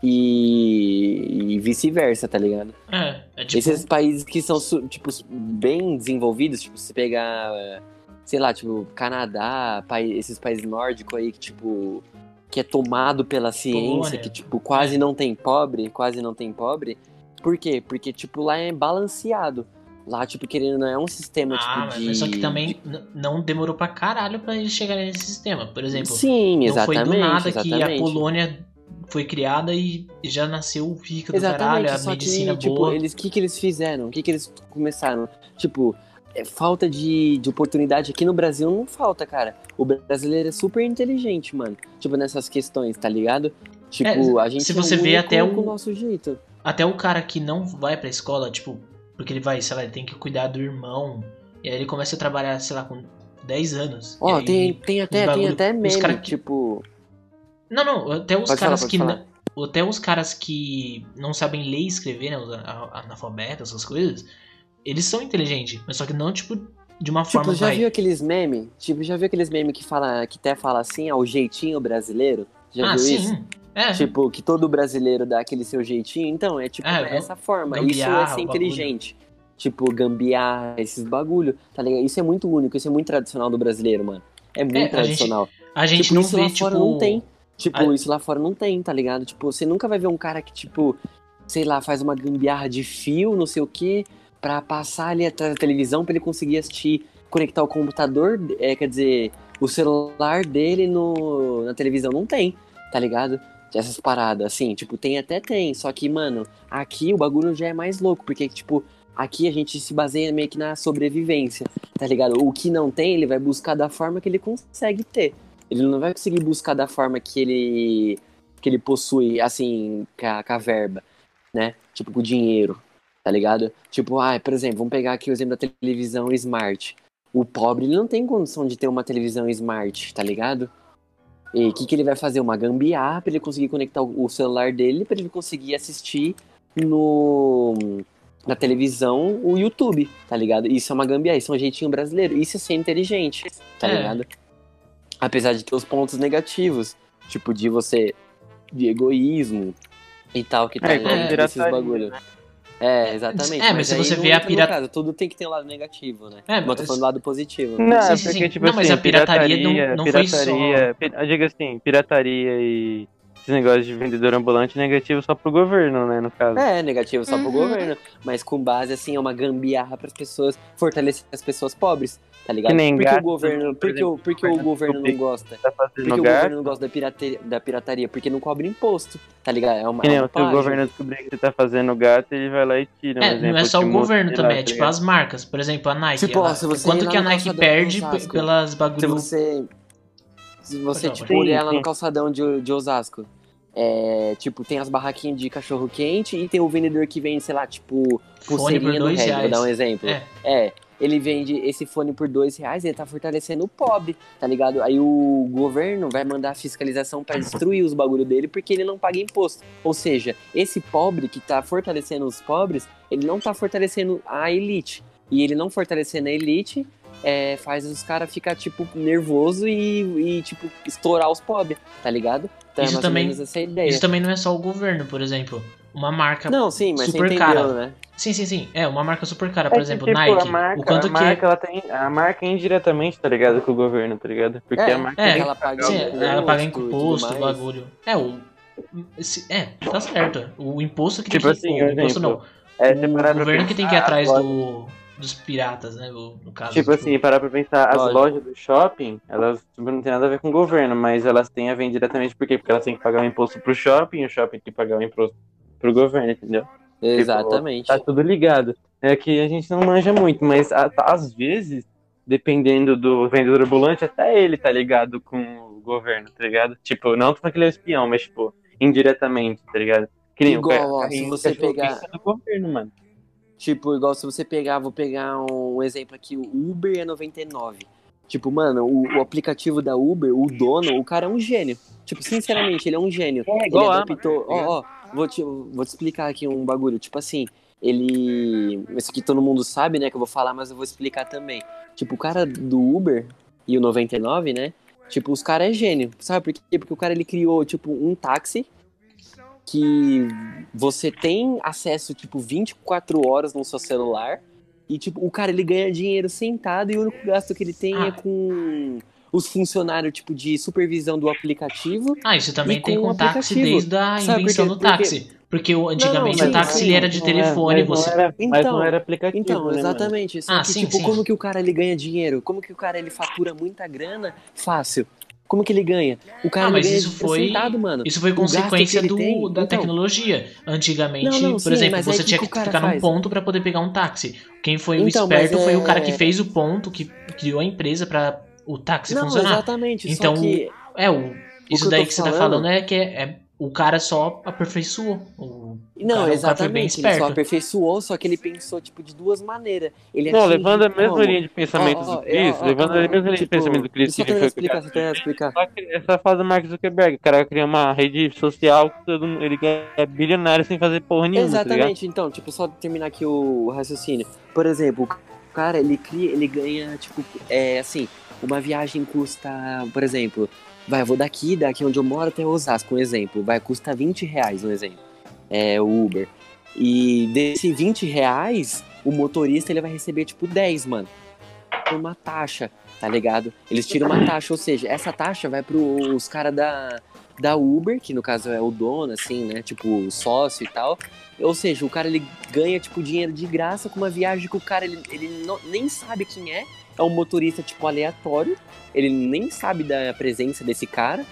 E, e vice-versa, tá ligado? É, é tipo, Esses países que são, su- tipo, bem desenvolvidos, tipo, se pegar, é, sei lá, tipo, Canadá, pai- esses países nórdicos aí que, tipo, que é tomado pela ciência, Polônia. que, tipo, quase É. não tem pobre, quase não tem pobre. Por quê? Porque, tipo, lá é balanceado. Lá, tipo, querendo, não é um sistema, ah, tipo, mas, de... mas só que também n- não demorou pra caralho pra eles chegarem nesse sistema. Por exemplo, Sim, não exatamente, foi do nada que a exatamente. Polônia foi criada e já nasceu rica do Exatamente, caralho, a só medicina que, tipo, boa. eles, o que que eles fizeram? O que que eles começaram? Tipo, é, falta de, de oportunidade aqui no Brasil não falta, cara. O brasileiro é super inteligente, mano. Tipo, nessas questões, tá ligado? Tipo, É, a gente se é você único vê até com o- o nosso jeito. Até o cara que não vai pra escola, tipo, porque ele vai, sei lá, ele tem que cuidar do irmão. E aí ele começa a trabalhar, sei lá, com dez anos. Ó, e aí tem, tem, os até, tem bagulho- até os meme, cara que- tipo... Não, não, até os Pode falar, caras pode que falar. não. Até os caras que não sabem ler e escrever, né? Os a- analfabetos, essas coisas, eles são inteligentes, mas só que não, tipo, de uma Tipo, forma já vai. viu aqueles memes? Tipo, já viu aqueles memes que fala, que até fala assim, ó, o jeitinho brasileiro? Já ah, viu sim. isso? É. Tipo, que todo brasileiro dá aquele seu jeitinho. Então, é tipo É, essa forma. Isso é gambiarra, ser o bagulho. inteligente. Tipo, gambiarra, esses bagulho, tá ligado? Isso é muito único, isso é muito tradicional do brasileiro, mano. É muito É, a tradicional. A gente Tipo, não isso vê, lá tipo. fora não tem. Tipo, a- isso lá fora não tem, tá ligado? Tipo, você nunca vai ver um cara que, tipo, sei lá, faz uma gambiarra de fio, não sei o quê, pra passar ali atrás da televisão pra ele conseguir assistir, conectar o computador, é, quer dizer, o celular dele no, na televisão. Não tem, tá ligado? Essas paradas, assim, tipo, tem até tem, só que, mano, aqui o bagulho já é mais louco, porque, tipo, aqui a gente se baseia meio que na sobrevivência, tá ligado? O que não tem, ele vai buscar da forma que ele consegue ter. Ele não vai conseguir buscar da forma que ele, que ele possui, assim, com a, com a verba, né? Tipo, com o dinheiro, tá ligado? Tipo, ah, por exemplo, vamos pegar aqui o exemplo da televisão Smart. O pobre, ele não tem condição de ter uma televisão Smart, tá ligado? E o que, que ele vai fazer? Uma gambiarra pra ele conseguir conectar o celular dele, pra ele conseguir assistir no, na televisão o YouTube, tá ligado? Isso é uma gambiarra, isso é um jeitinho brasileiro. Isso é ser inteligente, tá É. ligado? Apesar de ter os pontos negativos, tipo de você, de egoísmo e tal, que tá É, igual nesses pirataria, bagulho. né? É, exatamente. É, mas se aí você não vê a entra no pirata- caso, tudo tem que ter um lado negativo, né? É, mas eu tô mas- falando do lado positivo. Não, Sim, é sim, porque, sim. tipo Não, mas assim, a pirataria não- não foi só- pirataria, pi- eu digo assim, pirataria e esse negócio de vendedor ambulante negativo só pro governo, né, no caso. É, negativo só pro Uhum. governo, mas com base, assim, é uma gambiarra pras pessoas, fortalecer as pessoas pobres, tá ligado? Que nem Por que o gato, governo, por por que, o- exemplo, por que o governo não gosta? Tá Por fazendo que o gato, governo não gosta da pirataria, da pirataria? Porque não cobra imposto, tá ligado? É uma, que nem é um se o plágio. governo descobrir que você tá fazendo gato, ele vai lá e tira, um É, exemplo. não é só te o multa, governo sei lá, também, é tá tipo ligado? as marcas. Por exemplo, a Nike. Tipo, ó, ela- se você quanto ir lá que a no Nike calçadão de perde Osasco, pe- pelas Se bagulho. você, se você Pode tipo, falar, pode olhar falar. lá Sim, no calçadão de, de Osasco, é, tipo, tem as barraquinhas de cachorro quente e tem o vendedor que vende, sei lá, tipo, Fone por pulseirinha do dois Red, vou dar um reais. exemplo. É. É, ele vende esse fone por dois reais, ele tá fortalecendo o pobre, tá ligado? Aí o governo vai mandar a fiscalização pra destruir os bagulho dele porque ele não paga imposto. Ou seja, esse pobre que tá fortalecendo os pobres, ele não tá fortalecendo a elite. E ele não fortalecendo a elite, é, faz os caras ficar, tipo, nervoso e, e, tipo, estourar os pobres, tá ligado? Então Isso é mais também- ou menos essa ideia. Isso também não é só o governo, por exemplo. Uma marca Não, sim, mas super você entendeu, cara. né? Sim, sim, sim. É, uma marca super cara, por É que, exemplo, tipo, Nike. A marca, o quanto a marca, que ela tem, a marca indiretamente, tá ligado, com o governo, tá ligado? Porque É, a marca é, tem ela que paga pagar sim, o imposto ela paga e tudo imposto, o mais. bagulho. É, o. esse- é, tá certo. O imposto que Tipo tem assim, que. um O imposto não. exemplo. É, O você parar pra governo que tem que ir pensar, atrás as do, dos piratas, né? o- No caso. Tipo assim, parar pra pensar, as Lógico. lojas do shopping, elas tipo, não tem nada a ver com o governo, mas elas têm a ver diretamente por quê? Porque elas têm que pagar o imposto pro shopping e o shopping tem que pagar o imposto pro governo, entendeu? Exatamente. Tipo, tá tudo ligado. É que a gente não manja muito, mas a- às vezes, dependendo do vendedor ambulante, até ele tá ligado com o governo, tá ligado? Tipo, não tô falando que ele é espião, mas tipo, indiretamente, tá ligado? Que nem o Igual, ca- ó, carrinho se de você cachorro pegar- quente é do governo, mano. Tipo, igual se você pegar, vou pegar um exemplo aqui, o Uber é noventa e nove. Tipo, mano, o, o aplicativo da Uber, o dono, o cara é um gênio. Tipo, sinceramente, ele é um gênio. É, Ele igual a adaptou. Amazon, tá Ó, ó, vou te, vou te explicar aqui um bagulho. Tipo assim, ele. Isso aqui todo mundo sabe, né? Que eu vou falar, mas eu vou explicar também. Tipo, o cara do Uber e o noventa e nove, né? Tipo, os caras é gênio. Sabe por quê? Porque o cara ele criou, tipo, um táxi que você tem acesso, tipo, vinte e quatro horas no seu celular. E, tipo, o cara, ele ganha dinheiro sentado e o único gasto que ele tem Ah. é com os funcionários, tipo, de supervisão do aplicativo. Ah, isso também E tem com com o o táxi aplicativo. desde a Sabe por invenção quê? do Porque- táxi. Porque o- antigamente Não, o sim, táxi sim. ele era de Não é- telefone. mas você... Não era, mas Então, não era aplicativo, Então, né, mano? exatamente. Só Ah, que, sim, tipo, sim. como que o cara ele ganha dinheiro? Como que o cara ele fatura muita grana fácil? Como que ele ganha? O cara Ah, ele mas ganha isso foi, sentado, mano. isso foi O gasto consequência que ele do, tem- da então- tecnologia. Antigamente, Não, não, por sim, exemplo, mas aí você que tinha que que o cara ficar num faz? ponto pra poder pegar um táxi. Quem foi o Então, mas esperto foi o cara é- que fez o ponto, que criou a empresa pra o táxi Não, funcionar. exatamente. Então, Só que É, o, isso que eu daí tô que você tá falando- falando é que é, é- o cara só aperfeiçoou. O, o Não, cara, o cara foi bem exatamente. Ele só esperto. aperfeiçoou, só que ele pensou, tipo, de duas maneiras. Ele Não, atinge levando a mesma como? linha de pensamento Ó, ó, do Chris, ó, ó, levando calma, a mesma linha de tipo, pensamento do Chris Só que ele terminar foi de explicar, criado. só terminar de explicar. Só que essa fase do Mark Zuckerberg, o cara cria uma rede social que todo mundo, ele é bilionário sem fazer porra nenhuma, tá ligado? Exatamente, então, tipo, só terminar aqui o raciocínio. Por exemplo, o cara, ele cria, ele ganha, tipo, é assim, uma viagem custa, por exemplo, vai, eu vou daqui, daqui onde eu moro até Osasco, um exemplo, vai, custa vinte reais, um exemplo, é o Uber. E desse vinte reais, o motorista, ele vai receber, tipo, dez, mano, por uma taxa, tá ligado? Eles tiram uma taxa, ou seja, essa taxa vai pros caras da, da Uber, que no caso é o dono, assim, né, tipo, o sócio e tal. Ou seja, o cara, ele ganha, tipo, dinheiro de graça com uma viagem que o cara, ele, ele não, nem sabe quem é. É um motorista, tipo, aleatório. Ele nem sabe da presença desse cara.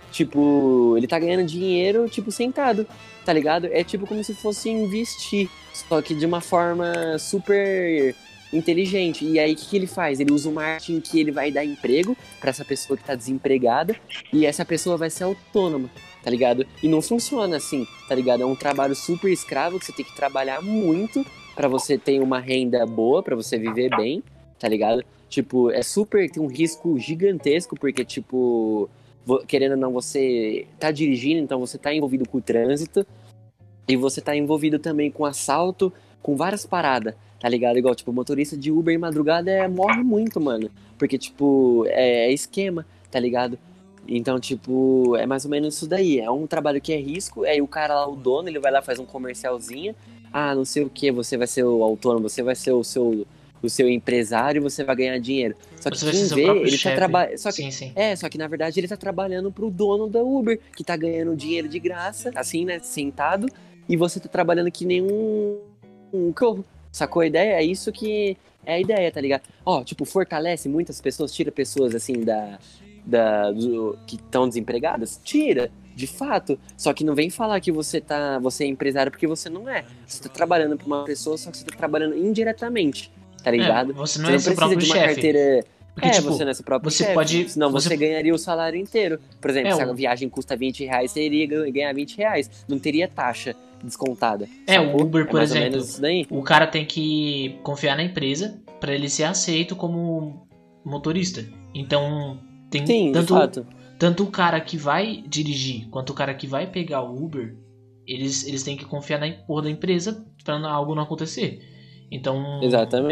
Tipo, ele tá ganhando dinheiro, tipo, sentado, tá ligado? É tipo como se fosse investir, só que de uma forma super inteligente. E aí, o que, que ele faz? Ele usa o marketing que ele vai dar emprego pra essa pessoa que tá desempregada, e essa pessoa vai ser autônoma, tá ligado? E não funciona assim, tá ligado? É um trabalho super escravo que você tem que trabalhar muito pra você ter uma renda boa, pra você viver bem, tá ligado? Tipo, é super, tem um risco gigantesco, porque, tipo, vo- querendo ou não, você tá dirigindo, então você tá envolvido com o trânsito, e você tá envolvido também com assalto, com várias paradas, tá ligado? Igual, tipo, motorista de Uber em madrugada é, morre muito, mano, porque, tipo, é, é esquema, tá ligado? Então, tipo, é mais ou menos isso daí, é um trabalho que é risco, aí o cara lá, o dono, ele vai lá, faz um comercialzinho, ah, não sei o que, você vai ser o autônomo, você vai ser o seu... o seu empresário e você vai ganhar dinheiro. Só que Você vai ser quem seu vê, próprio ele chefe. tá trabalhando. Só que Sim, sim. é, só que na verdade ele tá trabalhando pro dono da Uber, que tá ganhando dinheiro de graça, assim, né, sentado, e você tá trabalhando que nem um, um cachorro. Sacou a ideia? É isso que é a ideia, tá ligado? Ó, tipo, fortalece muitas pessoas, tira pessoas assim da, da do- que estão desempregadas, tira. De fato, só que não vem falar que você tá, você é empresário porque você não é. Você tá trabalhando pra uma pessoa, só que você tá trabalhando indiretamente, tá ligado? É, você não Você é não seu precisa próprio de uma chefe. carteira. Porque, é, tipo, você não é seu próprio você chefe, pode- senão você... você- ganharia o salário inteiro. Por exemplo, É, se a o- viagem custa vinte reais, você iria ganhar vinte reais. Não teria taxa descontada. É, o sacou? Uber, É por mais ou exemplo, menos isso daí. O cara tem que confiar na empresa pra ele ser aceito como motorista. Então, tem Sim, de tanto, fato. tanto o cara que vai dirigir quanto o cara que vai pegar o Uber, eles, eles têm que confiar na porra da empresa pra algo não acontecer. Então, Exatamente.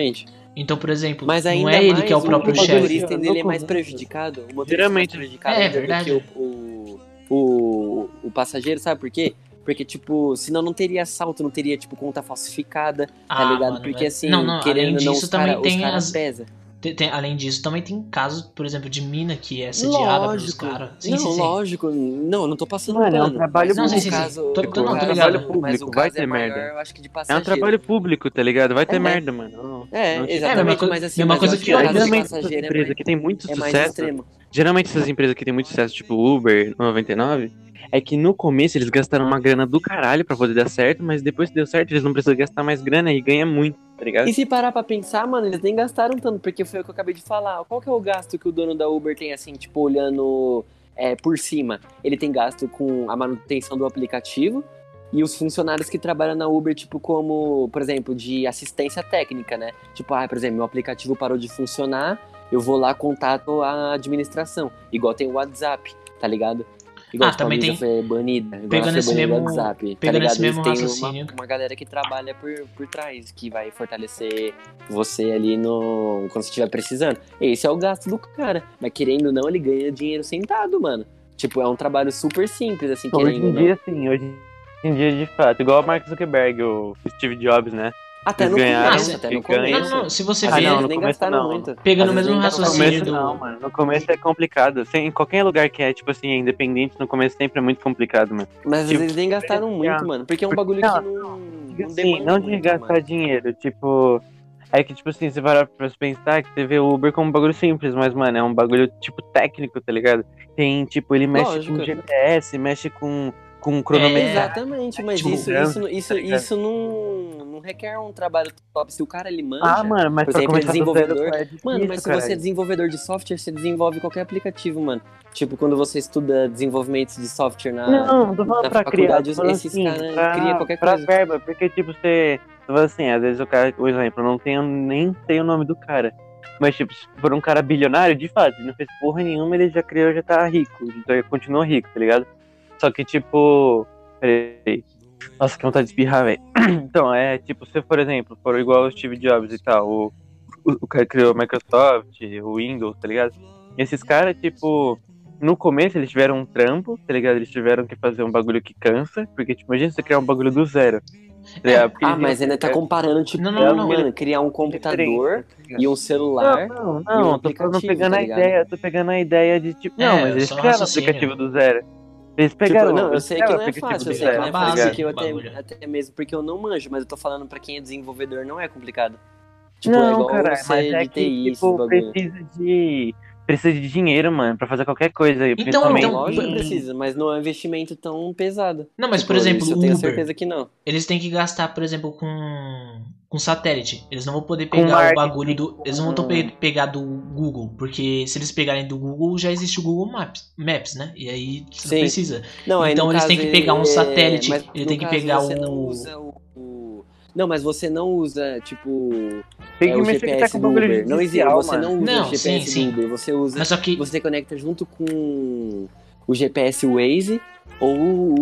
Então, por exemplo, Mas não ainda é ele mais, que é o próprio o chefe. motorista chefe. ele é mais prejudicado. O motorista Geralmente- é mais prejudicado É, ainda do verdade. que o, o, o, o passageiro, sabe por quê? Porque, tipo, senão não teria assalto, não teria, tipo, conta falsificada, tá Ah, ligado? mano, Porque, mas- assim, não, não, querendo além ou não, disso os também caras tem cara as- pesa. Tem- tem- além disso, também tem casos, por exemplo, de mina que é sediada pelos Lógico. caras. Sim, não, sim, sim. lógico. Não, não tô passando Mano, é um pano. trabalho mas Não, o sim, sim, sim. caso, Tô- o tô- não, tô caso- ligado. mas o Público, vai caso ter é maior, merda. eu acho que de É um passageiro. trabalho público, tá ligado? Vai ter É. merda, mano. Não- É, não te- exatamente, mesma coisa- mas assim, mesma mas coisa eu acho que que o ônibus. caso de Geralmente essas passageiro é empresas mais, que tem muito é mais sucesso, extremo. geralmente essas empresas que tem muito sucesso, tipo Uber, noventa e nove, é que no começo eles gastaram uma grana do caralho pra poder dar certo, mas depois que deu certo eles não precisam gastar mais grana e ganha muito, tá ligado? E se parar pra pensar, mano, eles nem gastaram tanto, porque foi o que eu acabei de falar. Qual que é o gasto que o dono da Uber tem, assim, tipo, olhando é, por cima? Ele tem gasto com a manutenção do aplicativo e os funcionários que trabalham na Uber, tipo, como, por exemplo, de assistência técnica, né? Tipo, ah, por exemplo, meu aplicativo parou de funcionar, eu vou lá, contato a administração. Igual tem o WhatsApp, tá ligado? Igual, Ah, tipo, a também Luísa tem- foi banida. Igual pegando ela foi esse banida do mesmo- WhatsApp, tá pegando ligado? esse mesmo Eles têm raciocínio. Uma, uma galera que trabalha por, por trás, que vai fortalecer você ali no quando você estiver precisando. Esse é o gasto do cara. Mas querendo ou não, ele ganha dinheiro sentado, mano. Tipo, é um trabalho super simples, assim, Hoje querendo ou em não. dia, sim, hoje em dia, de fato, igual o Mark Zuckerberg, o Steve Jobs, né? Até eles no ganharam, começo, até no eles ganham. começo. Não, não, se você Ah, ver, Às não, vezes no nem começo gastaram não. muito. Pegando Às o vezes mesmo nem No gastaram raciocínio começo do- não, mano. No começo é complicado. Sem, em qualquer lugar que é, tipo assim, é independente, no começo sempre é muito complicado, mano. Mas às Tipo, vezes nem gastaram muito, mano. Porque é um bagulho que Não, não, Diga não assim, demanda não de muito, gastar mano. dinheiro, tipo... É que, tipo assim, você vai pra pensar que você vê o Uber como um bagulho simples, mas, mano, é um bagulho, tipo, técnico, tá ligado? Tem, tipo, ele mexe Lógico. com G P S, mexe com, com cronometragem. Exatamente, mas tipo, isso, grande, isso, isso, tá ligado? isso não, não requer um trabalho top. Se o cara ele manja, Ah, mano, mas por pra exemplo, é começar do zero, desenvolvedor. é difícil, Mano, mas se caralho. você é desenvolvedor de software, você desenvolve qualquer aplicativo, mano. Tipo, quando você estuda desenvolvimento de software na. Não, não tô falando na pra criar, faculdade, tô falando esses assim, caras pra, criam qualquer pra coisa. verba, porque, tipo, você... Tô falando assim, às vezes o cara, por exemplo, eu não tenho, nem sei o nome do cara, mas, tipo, se for um cara bilionário, de fato, ele não fez porra nenhuma, ele já criou, já tá rico, já continuou rico, tá ligado? Só que, tipo... Peraí. Nossa, que vontade de espirrar, velho. Então, é, tipo, se, por exemplo, for igual o Steve Jobs e tal, o, o, o cara que criou a Microsoft, o Windows, tá ligado? Esses caras, tipo, no começo eles tiveram um trampo, tá ligado? Eles tiveram que fazer um bagulho que cansa, porque, tipo, imagina você criar um bagulho do zero. Tá ligado? Porque Ah, eles mas iam- ainda tá comparando, tipo, Não, não, não. mano, criar um computador diferente. e um celular. Não, não, e um não, tô falando aplicativo, pegando tá a ligado? ideia, tô pegando a ideia de, tipo, É, não, mas eles só um criaram o raciocínio. aplicativo do zero. Eles pegaram, Tipo, não, eu eles sei que pegaram não o é aplicativo fácil, eu do sei que zero, não é tá fácil, base, ligado? porque eu o até, bagulho. até mesmo porque eu não manjo, mas eu tô falando pra quem é desenvolvedor não é complicado. Tipo, Não, é igual cara, você mas é de que, T I, esses tipo, bagulho. precisa de... Precisa de dinheiro, mano, pra fazer qualquer coisa aí, Então, principalmente... então, Lógico que hum. precisa, mas não é um investimento tão pesado. Não, mas, Tipo, por exemplo, isso eu o tenho Uber. certeza que não. Eles têm que gastar, por exemplo, com, com satélite. Eles não vão poder Com pegar o marketing, bagulho do. Eles não vão com- pe- pegar do Google. Porque se eles pegarem do Google, já existe o Google Maps, Maps né? E aí você não Sim. precisa. Não, aí Então no eles caso, têm que pegar um é, satélite, mas ele no tem que caso pegar você não o- usa o, o- Não, mas você não usa, tipo, Tem é, que o mexer que tá G P S com do bagulho Uber. Não existe, judicial, você mano. não usa Não, o G P S sim, sim. do Uber, você usa. Mas só que. Você conecta junto com o G P S Waze ou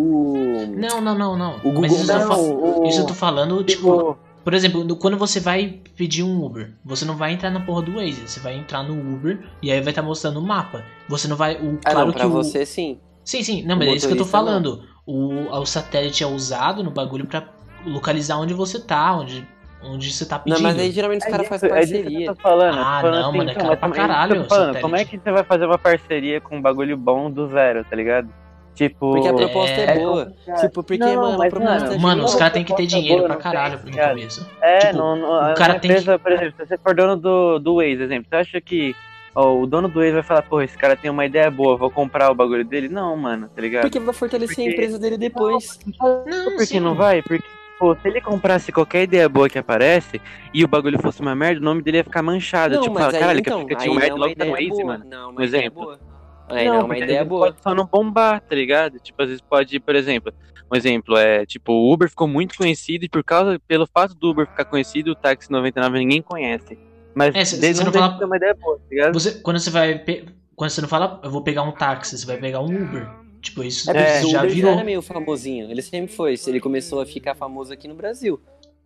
o. Não, não, não, não. O Google Mas isso, eu tô Maps. fa- o- isso eu tô falando, tipo. Tipo, Por exemplo, no- quando você vai pedir um Uber, você não vai entrar na porra do Waze, você vai entrar no Uber e aí vai estar mostrando o mapa. Você não vai. O, Ah, claro não, pra que o, você sim. Sim, sim, não, O mas é isso que eu tô motorista, falando. O, o satélite é usado no bagulho pra localizar onde você tá, onde, onde você tá Não, pedindo. mas aí geralmente os é caras disso- fazem é disso que parceria. eu tô falando. eu tô Ah, falando não, assim, mano, é então, caro mas pra também- caralho tô o falando, satélite. como é que você vai fazer uma parceria com um bagulho bom do zero, tá ligado? Tipo... Porque a proposta é, É boa. complicado. Tipo, porque, Não, mano, a mas, proposta mano, é Mano, os genial. caras têm que ter proposta dinheiro boa, pra não caralho tem, no cara. começo. É, Tipo, não, não, o a cara uma tem que- empresa, por exemplo, se você for dono do, do Waze, exemplo, você acha que ó, o dono do Waze vai falar, pô, esse cara tem uma ideia boa, vou comprar o bagulho dele? Não, mano, tá ligado? Porque vai fortalecer Porque- a empresa dele depois. Não, Por que sim. não vai? Porque, pô, se ele comprasse qualquer ideia boa que aparece e o bagulho fosse uma merda, o nome dele ia ficar manchado. Não, tipo, mas fala, aí, caralho, então, que aplicativo aí não merda é uma logo tá no ideia Waze, boa. mano. Não, uma Um ideia exemplo. boa. Aí não, é uma porque ideia às vezes boa. pode só não bombar, tá ligado? Tipo, às vezes pode, por exemplo, um exemplo é, tipo, o Uber ficou muito conhecido e por causa, pelo fato do Uber ficar conhecido, o táxi noventa e nove ninguém conhece. Mas É, se- desde se você não não deixa fala- de ter uma ideia boa, tá ligado? Você, quando você vai. pe- Quando você não fala, eu vou pegar um táxi, você vai pegar um Uber. Tipo, isso É porque É, o já Uber virou. já era meio famosinho. Ele sempre foi. Ele começou a ficar famoso aqui no Brasil.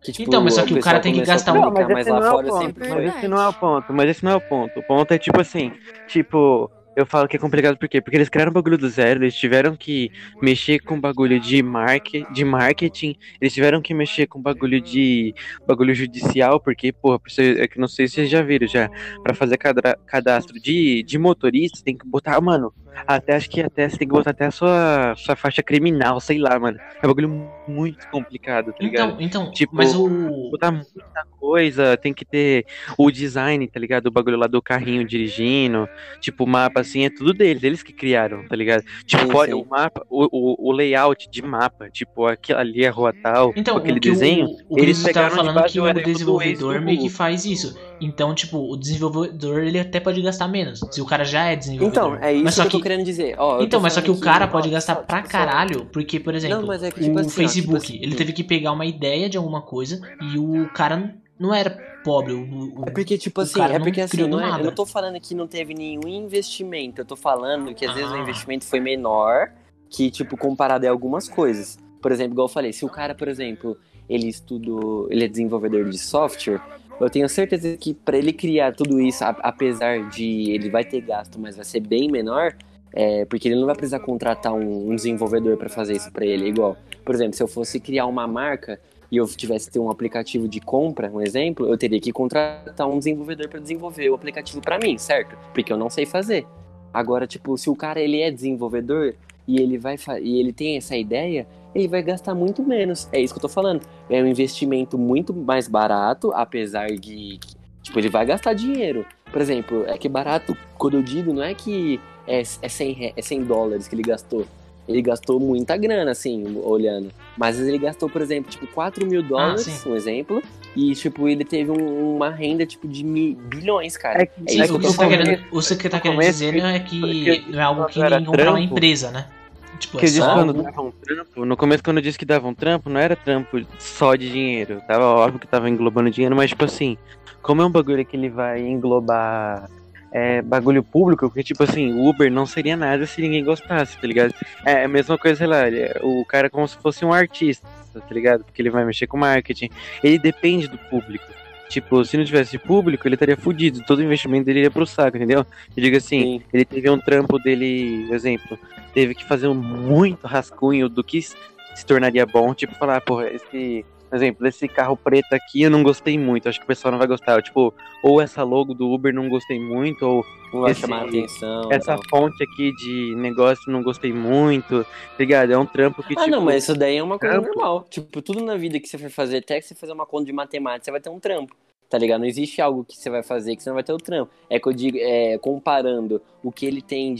Que, tipo, Então, mas só que o pessoal cara tem que começou a gastar Não, publicar, mas mas esse lá não é o fora ponto. sempre Mas foi. esse não é o ponto. Mas esse não é o ponto. O ponto é tipo assim, tipo, eu falo que é complicado por quê? Porque eles criaram um bagulho do zero, eles tiveram que mexer com bagulho de, market, de marketing, eles tiveram que mexer com bagulho de bagulho judicial, porque, porra, pra você- é que não sei se vocês já viram já, pra fazer cadra- cadastro de, de motorista, tem que botar, mano, até acho que até você tem que botar até a sua, sua faixa criminal, sei lá, mano. É um bagulho muito complicado, tá ligado? Então, então, mas Tipo, o. botar muita coisa, tem que ter o design, tá ligado? O bagulho lá do carrinho dirigindo, tipo, o mapa, assim, é tudo deles, eles que criaram, tá ligado? Tipo, Sim, fora o sim. mapa, o, o, o layout de mapa, tipo, aquilo ali é a rua tal, Então, aquele o que desenho, o, o eles Cristo estava pegaram de falando base que o o exemplo do Waze desenvolvedor do meio que Google. faz isso. Então, tipo, o desenvolvedor ele até pode gastar menos, se o cara já é desenvolvedor. Então, é isso mas que só eu tô que querendo dizer. Ó, eu tô então, mas só que falando o aqui, cara ó, pode gastar só, pra tipo, só... caralho, porque, por Não, exemplo, mas é que, tipo o assim, ó, tipo Facebook, assim... ele teve que pegar uma ideia de alguma coisa e o cara não era pobre, o, o, É porque, tipo o assim, cara é não porque assim, criou do não é, eu nada. não tô falando que não teve nenhum investimento, eu tô falando que às vezes o Ah. investimento foi menor que, tipo, comparado a algumas coisas. Por exemplo, igual eu falei, se o cara, por exemplo, ele estudou, ele é desenvolvedor de software, eu tenho certeza que pra ele criar tudo isso, a- apesar de ele vai ter gasto, mas vai ser bem menor, é, porque ele não vai precisar contratar um, um desenvolvedor pra fazer isso pra ele, igual. Por exemplo, se eu fosse criar uma marca e eu tivesse que ter um aplicativo de compra, um exemplo, eu teria que contratar um desenvolvedor para desenvolver o aplicativo para mim, certo? Porque eu não sei fazer. Agora, tipo, se o cara ele é desenvolvedor e ele vai fa- e ele tem essa ideia, ele vai gastar muito menos. É isso que eu tô falando. É um investimento muito mais barato, apesar de tipo, ele vai gastar dinheiro. Por exemplo, é que barato, quando eu digo, não é que é, é, cem, re- é cem dólares que ele gastou. Ele gastou muita grana, assim, olhando. Mas às vezes ele gastou, por exemplo, tipo, quatro mil dólares, sim. um exemplo. E, tipo, ele teve um- uma renda, tipo, de mi- bilhões, cara. É que- É Sim, isso o que que eu você tô tá falando. querendo, o que você tá No querendo começo, dizer não é que porque não é algo que quando era nem comprar uma trampo, empresa, né? Tipo, é Que eu disse só quando algo... dava um trampo, no começo quando eu disse que dava um trampo, não era trampo só de dinheiro. Tava óbvio que tava englobando dinheiro, mas tipo assim, como é um bagulho que ele vai englobar é, bagulho público, porque tipo assim, o Uber não seria nada se ninguém gostasse, tá ligado? É a mesma coisa, sei lá, ele é- o cara é como se fosse um artista, tá ligado? Porque ele vai mexer com marketing. Ele depende do público. Tipo, se não tivesse público, ele estaria fudido. Todo o investimento dele iria pro saco, entendeu? Eu digo assim, Sim. ele teve um trampo dele, exemplo, teve que fazer um muito rascunho do que se se tornaria bom, tipo, falar, porra, esse, por exemplo, esse carro preto aqui eu não gostei muito, acho que o pessoal não vai gostar, tipo, ou essa logo do Uber não gostei muito, ou Não vai esse- chamar a atenção. essa e tal. fonte aqui de negócio não gostei muito, tá ligado? É um trampo que, Ah, tipo, não, mas isso daí é uma coisa trampo. normal. Tipo, tudo na vida que você for fazer, até que você fazer uma conta de matemática, você vai ter um trampo. Tá ligado? Não existe algo que você vai fazer que você não vai ter o trampo. É que eu digo, é, comparando o que ele tem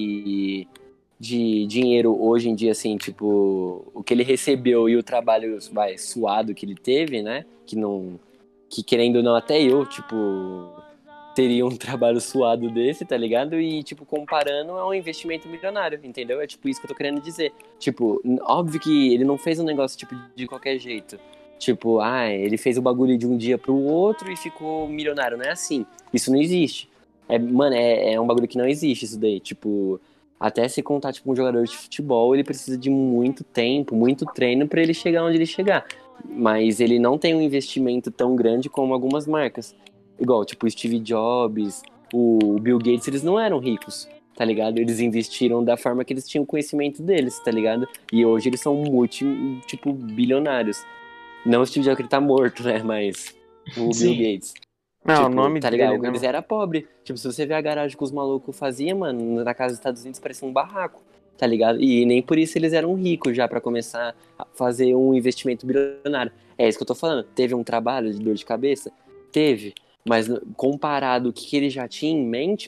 de, de dinheiro hoje em dia, assim, tipo, o que ele recebeu e o trabalho, vai, suado que ele teve, né? Que não. Que querendo ou não, até eu, tipo, teria um trabalho suado desse, tá ligado? E, tipo, comparando, é um investimento milionário, entendeu? É tipo isso que eu tô querendo dizer. Tipo, n- óbvio que ele não fez um negócio, tipo, de qualquer jeito. Tipo, ah, ele fez o bagulho de um dia pro outro e ficou milionário. Não é assim. Isso não existe. É, mano, é, é um bagulho que não existe isso daí. Tipo, até se contar, tipo, um jogador de futebol, ele precisa de muito tempo, muito treino pra ele chegar onde ele chegar. Mas ele não tem um investimento tão grande como algumas marcas. Igual, tipo, o Steve Jobs, o Bill Gates, eles não eram ricos, tá ligado? Eles investiram da forma que eles tinham conhecimento deles, tá ligado? E hoje eles são multi, tipo, bilionários. Não o Steve Jobs, que ele tá morto, né? Mas o Sim. Bill Gates. Não, tipo, o nome tá dele, ligado? né, Eles mano? eram pobres. Tipo, se você vê a garagem que os malucos faziam, mano, na casa dos Estados Unidos parecia um barraco, tá ligado? E nem por isso eles eram ricos já pra começar a fazer um investimento bilionário. É isso que eu tô falando. Teve um trabalho de dor de cabeça? Teve. Mas no- comparado o que que ele já tinha em mente,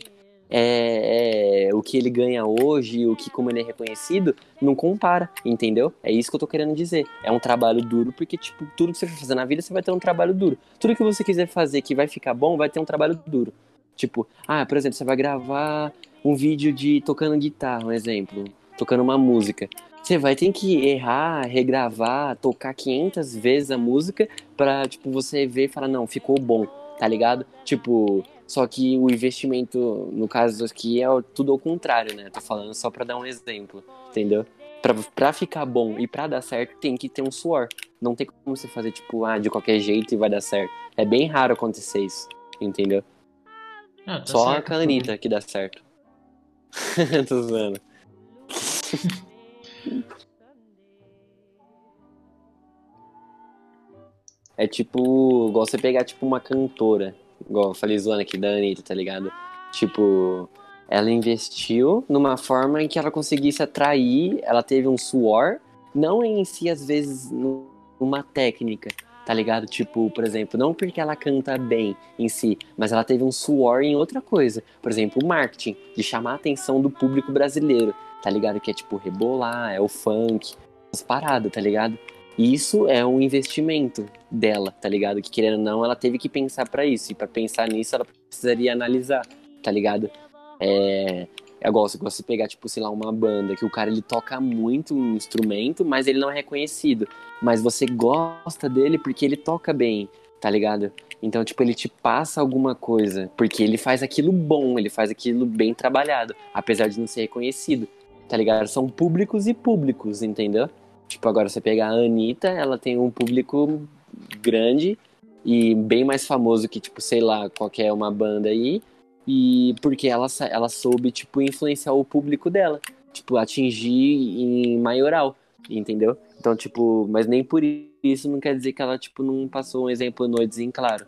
é, é, o que ele ganha hoje, o que como ele é reconhecido, não compara, entendeu? É isso que eu tô querendo dizer. É um trabalho duro, porque, tipo, tudo que você for fazer na vida, você vai ter um trabalho duro. Tudo que você quiser fazer que vai ficar bom, vai ter um trabalho duro. Tipo, ah, por exemplo, você vai gravar um vídeo de tocando guitarra, um exemplo, tocando uma música. Você vai ter que errar, regravar, tocar quinhentas vezes a música pra, tipo, você ver e falar, não, ficou bom, tá ligado? Tipo, só que o investimento, no caso aqui, é tudo ao contrário, né? Tô falando só pra dar um exemplo, entendeu? Pra, pra ficar bom e pra dar certo, tem que ter um suor. Não tem como você fazer, tipo, ah, de qualquer jeito e vai dar certo. É bem raro acontecer isso, entendeu? Ah, tá Só certo. a Anitta que dá certo. Tô zoando. É tipo, igual você pegar, tipo, uma cantora, igual eu falei zoando aqui da Anitta, tá ligado? Tipo, ela investiu numa forma em que ela conseguisse atrair, ela teve um suor, não em si, às vezes, numa técnica, tá ligado? Tipo, por exemplo, não porque ela canta bem em si, mas ela teve um suor em outra coisa. Por exemplo, o marketing, de chamar a atenção do público brasileiro, tá ligado? Que é tipo rebolar, é o funk, as paradas, tá ligado? E isso é um investimento dela, tá ligado? Que querendo ou não, ela teve que pensar pra isso. E pra pensar nisso, ela precisaria analisar, tá ligado? É... Eu gosto, eu gosto de pegar, tipo, sei lá, uma banda que o cara, ele toca muito um instrumento, mas ele não é reconhecido. Mas você gosta dele porque ele toca bem, tá ligado? Então, tipo, ele te passa alguma coisa, porque ele faz aquilo bom, ele faz aquilo bem trabalhado, apesar de não ser reconhecido, tá ligado? São públicos e públicos, entendeu? Tipo, agora você pegar a Anitta, ela tem um público grande e bem mais famoso que, tipo, sei lá, qualquer uma banda aí. E porque ela, ela soube, tipo, influenciar o público dela. Tipo, atingir em maioral, entendeu? Então, tipo, mas nem por isso não quer dizer que ela, tipo, não passou um exemplo noites em claro.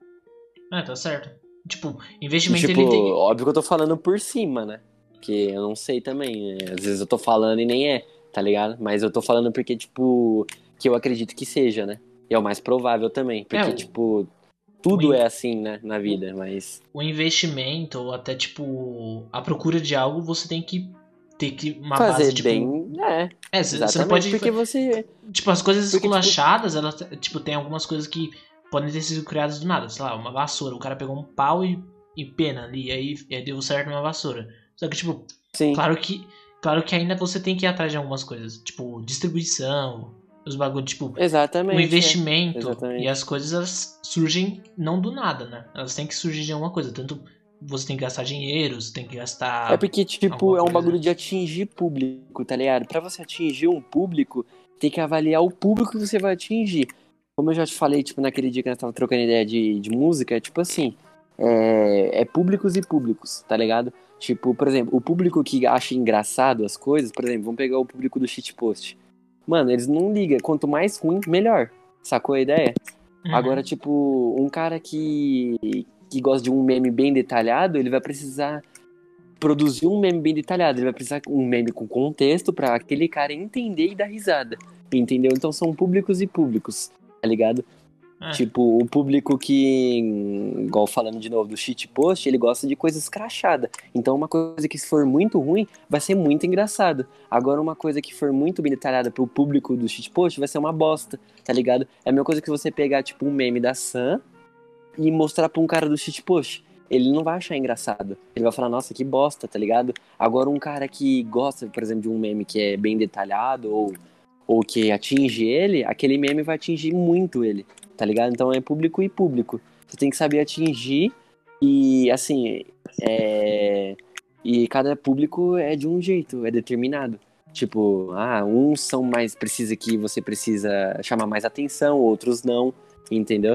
Ah, tá certo. Tipo, E, investimento tipo, ele tem... óbvio que eu tô falando por cima, né? Porque eu não sei também, né? Às vezes eu tô falando e nem é, tá ligado? Mas eu tô falando porque, tipo, que eu acredito que seja, né? E é o mais provável também. É, Porque, o, tipo, o, tudo in- é assim, né, na vida, mas... o investimento, ou até, tipo, a procura de algo, você tem que ter que uma base, Fazer tipo... bem, é, É, você não exatamente, pode... porque você... Tipo, as coisas Porque, tipo, esculachadas, elas, tipo, tem algumas coisas que podem ter sido criadas do nada. Sei lá, uma vassoura. O cara pegou um pau e, e pena ali, e aí, e aí deu certo uma vassoura. Só que, tipo, sim, claro que, claro que ainda você tem que ir atrás de algumas coisas. Tipo, distribuição, os bagulhos, tipo, o exatamente, é, investimento e exatamente. as coisas elas surgem não do nada, né? Elas têm que surgir de alguma coisa. Tanto você tem que gastar dinheiro, você tem que É gastar porque, tipo, alguma é um bagulho coisa. de atingir público, tá ligado? Pra você atingir um público, tem que avaliar o público que você vai atingir. Como eu já te falei, tipo, naquele dia que nós tava trocando ideia de, de música, é tipo assim, é, é públicos e públicos, tá ligado? Tipo, por exemplo, o público que acha engraçado as coisas, por exemplo, vamos pegar o público do shitpost. Mano, eles não ligam, quanto mais ruim, melhor. Sacou a ideia? Agora, Uhum. tipo, um cara que, que gosta de um meme bem detalhado, ele vai precisar produzir um meme bem detalhado, ele vai precisar um meme com contexto pra aquele cara entender e dar risada, entendeu? Então são públicos e públicos, tá ligado? É. Tipo, o público que, igual falando de novo do shitpost, ele gosta de coisas crachadas. Então uma coisa que se for muito ruim, vai ser muito engraçado. Agora uma coisa que for muito bem detalhada pro público do shitpost, vai ser uma bosta, tá ligado? É a mesma coisa que você pegar, tipo, um meme da Sam e mostrar pra um cara do shitpost. Ele não vai achar engraçado. Ele vai falar, nossa, que bosta, tá ligado? Agora um cara que gosta, por exemplo, de um meme que é bem detalhado ou, ou que atinge ele, aquele meme vai atingir muito ele, tá ligado? Então é público e público. Você tem que saber atingir e, assim, é... E cada público é de um jeito, é determinado. Tipo, ah, uns são mais... Precisa que você precisa chamar mais atenção, outros não, entendeu?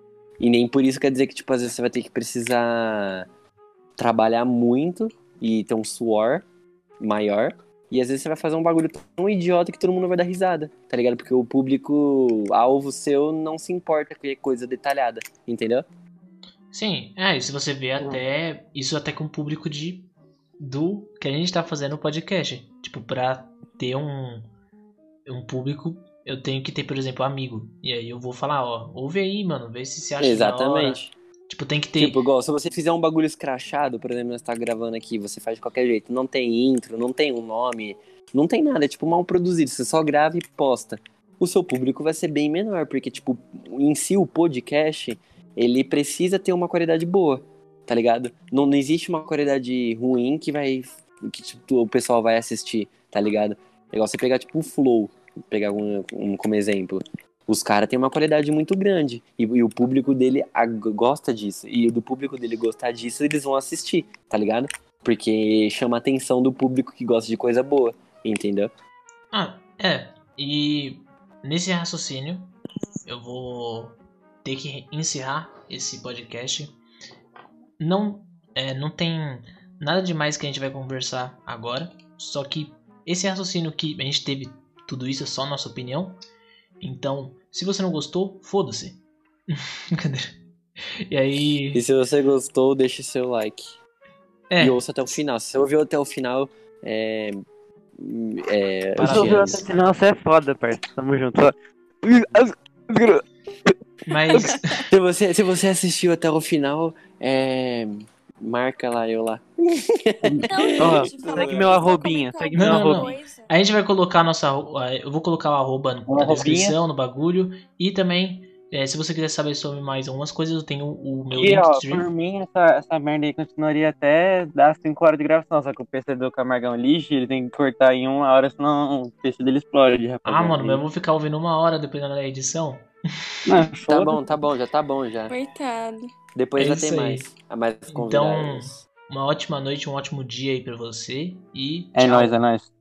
E nem por isso quer dizer que, tipo, às vezes você vai ter que precisar trabalhar muito e ter um suor maior. E às vezes você vai fazer um bagulho tão idiota que todo mundo vai dar risada, tá ligado? Porque o público-alvo seu não se importa com coisa detalhada, entendeu? Sim, é, e se você vê até isso até com o público de do que a gente tá fazendo o podcast. Tipo, pra ter um, um público, eu tenho que ter, por exemplo, amigo. E aí eu vou falar, ó, ouve aí, mano, vê se você acha da hora. Exatamente. Tipo, tem que ter. Tipo, igual, se você fizer um bagulho escrachado, por exemplo, nós tá gravando aqui, você faz de qualquer jeito, não tem intro, não tem um nome, não tem nada, é tipo mal produzido, você só grava e posta. O seu público vai ser bem menor, porque, tipo, em si o podcast, ele precisa ter uma qualidade boa, tá ligado? Não, não existe uma qualidade ruim que vai, que tipo, o pessoal vai assistir, tá ligado? É igual você pegar, tipo, o Flow, pegar um, um como exemplo. Os caras têm uma qualidade muito grande. E, e o público dele a, gosta disso. E do público dele gostar disso, eles vão assistir, tá ligado? Porque chama a atenção do público que gosta de coisa boa, entendeu? Ah, é. E nesse raciocínio, eu vou ter que encerrar esse podcast. Não, é, não tem nada demais que a gente vai conversar agora. Só que esse raciocínio que a gente teve, tudo isso é só nossa opinião. Então, se você não gostou, foda-se. E aí... E se você gostou, deixe seu like. É, E ouça até o final. Se você ouviu até o final, é... é Parabéns. Se ouviu até Jean, o final, você é foda, parça. Tamo junto. mas... se, você, se você assistiu até o final, é... marca lá, eu lá. Não, Ó, gente, fala segue que meu você arrobinha, comentou segue meu alguma arrobinha. coisa. A gente vai colocar nossa... Eu vou colocar o arroba O na arrobinha. descrição, no bagulho. E também, é, se você quiser saber sobre mais algumas coisas, eu tenho o meu E, ó, Linktree. por mim, essa, essa merda aí continuaria até dar cinco horas de gravação. Só que o P C do Camargão lixe, ele tem que cortar em uma hora, senão o P C dele explode, Ah, rapaziada. mano, mas eu vou ficar ouvindo uma hora dependendo da edição. Não, Tá foda. bom, tá bom, já tá bom já. Coitado. Depois É vai isso ter aí. mais. A mais Então, convidados. uma ótima noite, um ótimo dia aí pra você. E É tchau. nóis, é nóis.